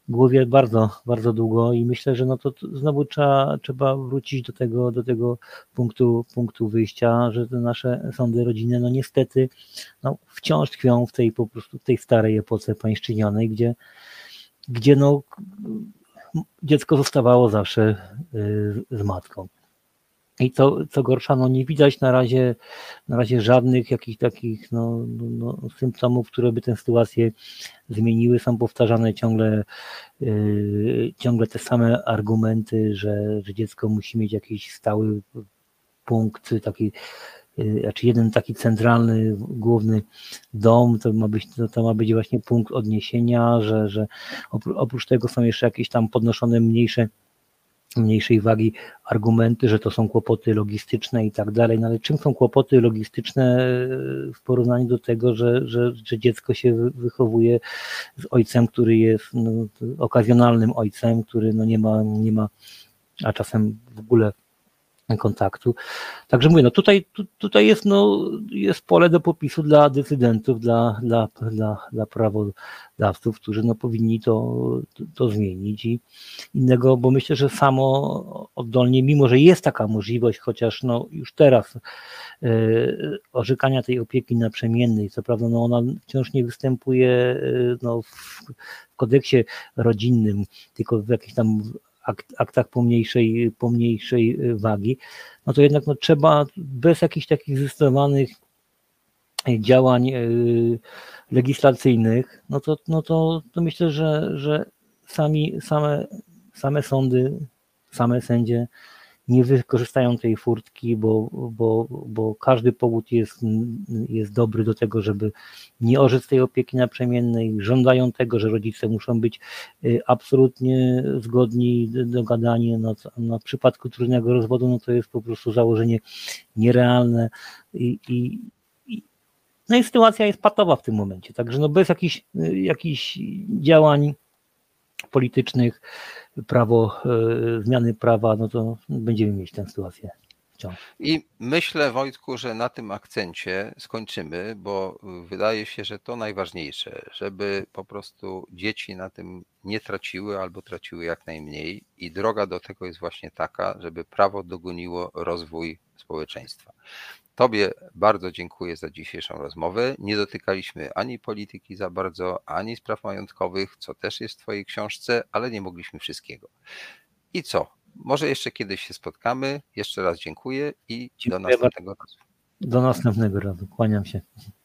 głowie bardzo, bardzo długo i myślę, że no to znowu trzeba wrócić do tego punktu wyjścia, że te nasze sądy rodzinne no niestety no wciąż tkwią w tej po prostu w tej starej epoce pańszczyźnianej, gdzie no dziecko zostawało zawsze z matką. I co gorsza, no nie widać na razie żadnych jakichś takich symptomów, które by tę sytuację zmieniły. Są powtarzane ciągle te same argumenty, że dziecko musi mieć jakiś stały punkt, taki, znaczy jeden taki centralny, główny dom, to ma być właśnie punkt odniesienia, że oprócz tego są jeszcze jakieś tam podnoszone mniejszej wagi argumenty, że to są kłopoty logistyczne i tak dalej, no ale czym są kłopoty logistyczne w porównaniu do tego, że dziecko się wychowuje z ojcem, który jest okazjonalnym ojcem, który no nie ma, a czasem w ogóle kontaktu. Także mówię, no tutaj jest pole do popisu dla decydentów, dla prawodawców, którzy no powinni to zmienić i innego, bo myślę, że samo oddolnie, mimo że jest taka możliwość, chociaż no już teraz orzekania tej opieki naprzemiennej, co prawda no ona wciąż nie występuje no, w kodeksie rodzinnym, tylko w jakichś tam aktach pomniejszej wagi, no to jednak no, trzeba bez jakichś takich zdecydowanych działań legislacyjnych, no to myślę, że same sądy, same sędzie nie wykorzystają tej furtki, bo każdy powód jest dobry do tego, żeby nie orzec tej opieki naprzemiennej. Żądają tego, że rodzice muszą być absolutnie zgodni, dogadani. No, w przypadku trudnego rozwodu no to jest po prostu założenie nierealne no i sytuacja jest patowa w tym momencie. Także no bez jakichś działań politycznych, zmiany prawa, no to będziemy mieć tę sytuację wciąż. I myślę, Wojtku, że na tym akcencie skończymy, bo wydaje się, że to najważniejsze, żeby po prostu dzieci na tym nie traciły albo traciły jak najmniej i droga do tego jest właśnie taka, żeby prawo dogoniło rozwój społeczeństwa. Tobie bardzo dziękuję za dzisiejszą rozmowę. Nie dotykaliśmy ani polityki za bardzo, ani spraw majątkowych, co też jest w Twojej książce, ale nie mogliśmy wszystkiego. I co? Może jeszcze kiedyś się spotkamy. Jeszcze raz dziękuję i do następnego razu. Do następnego razu. Kłaniam się.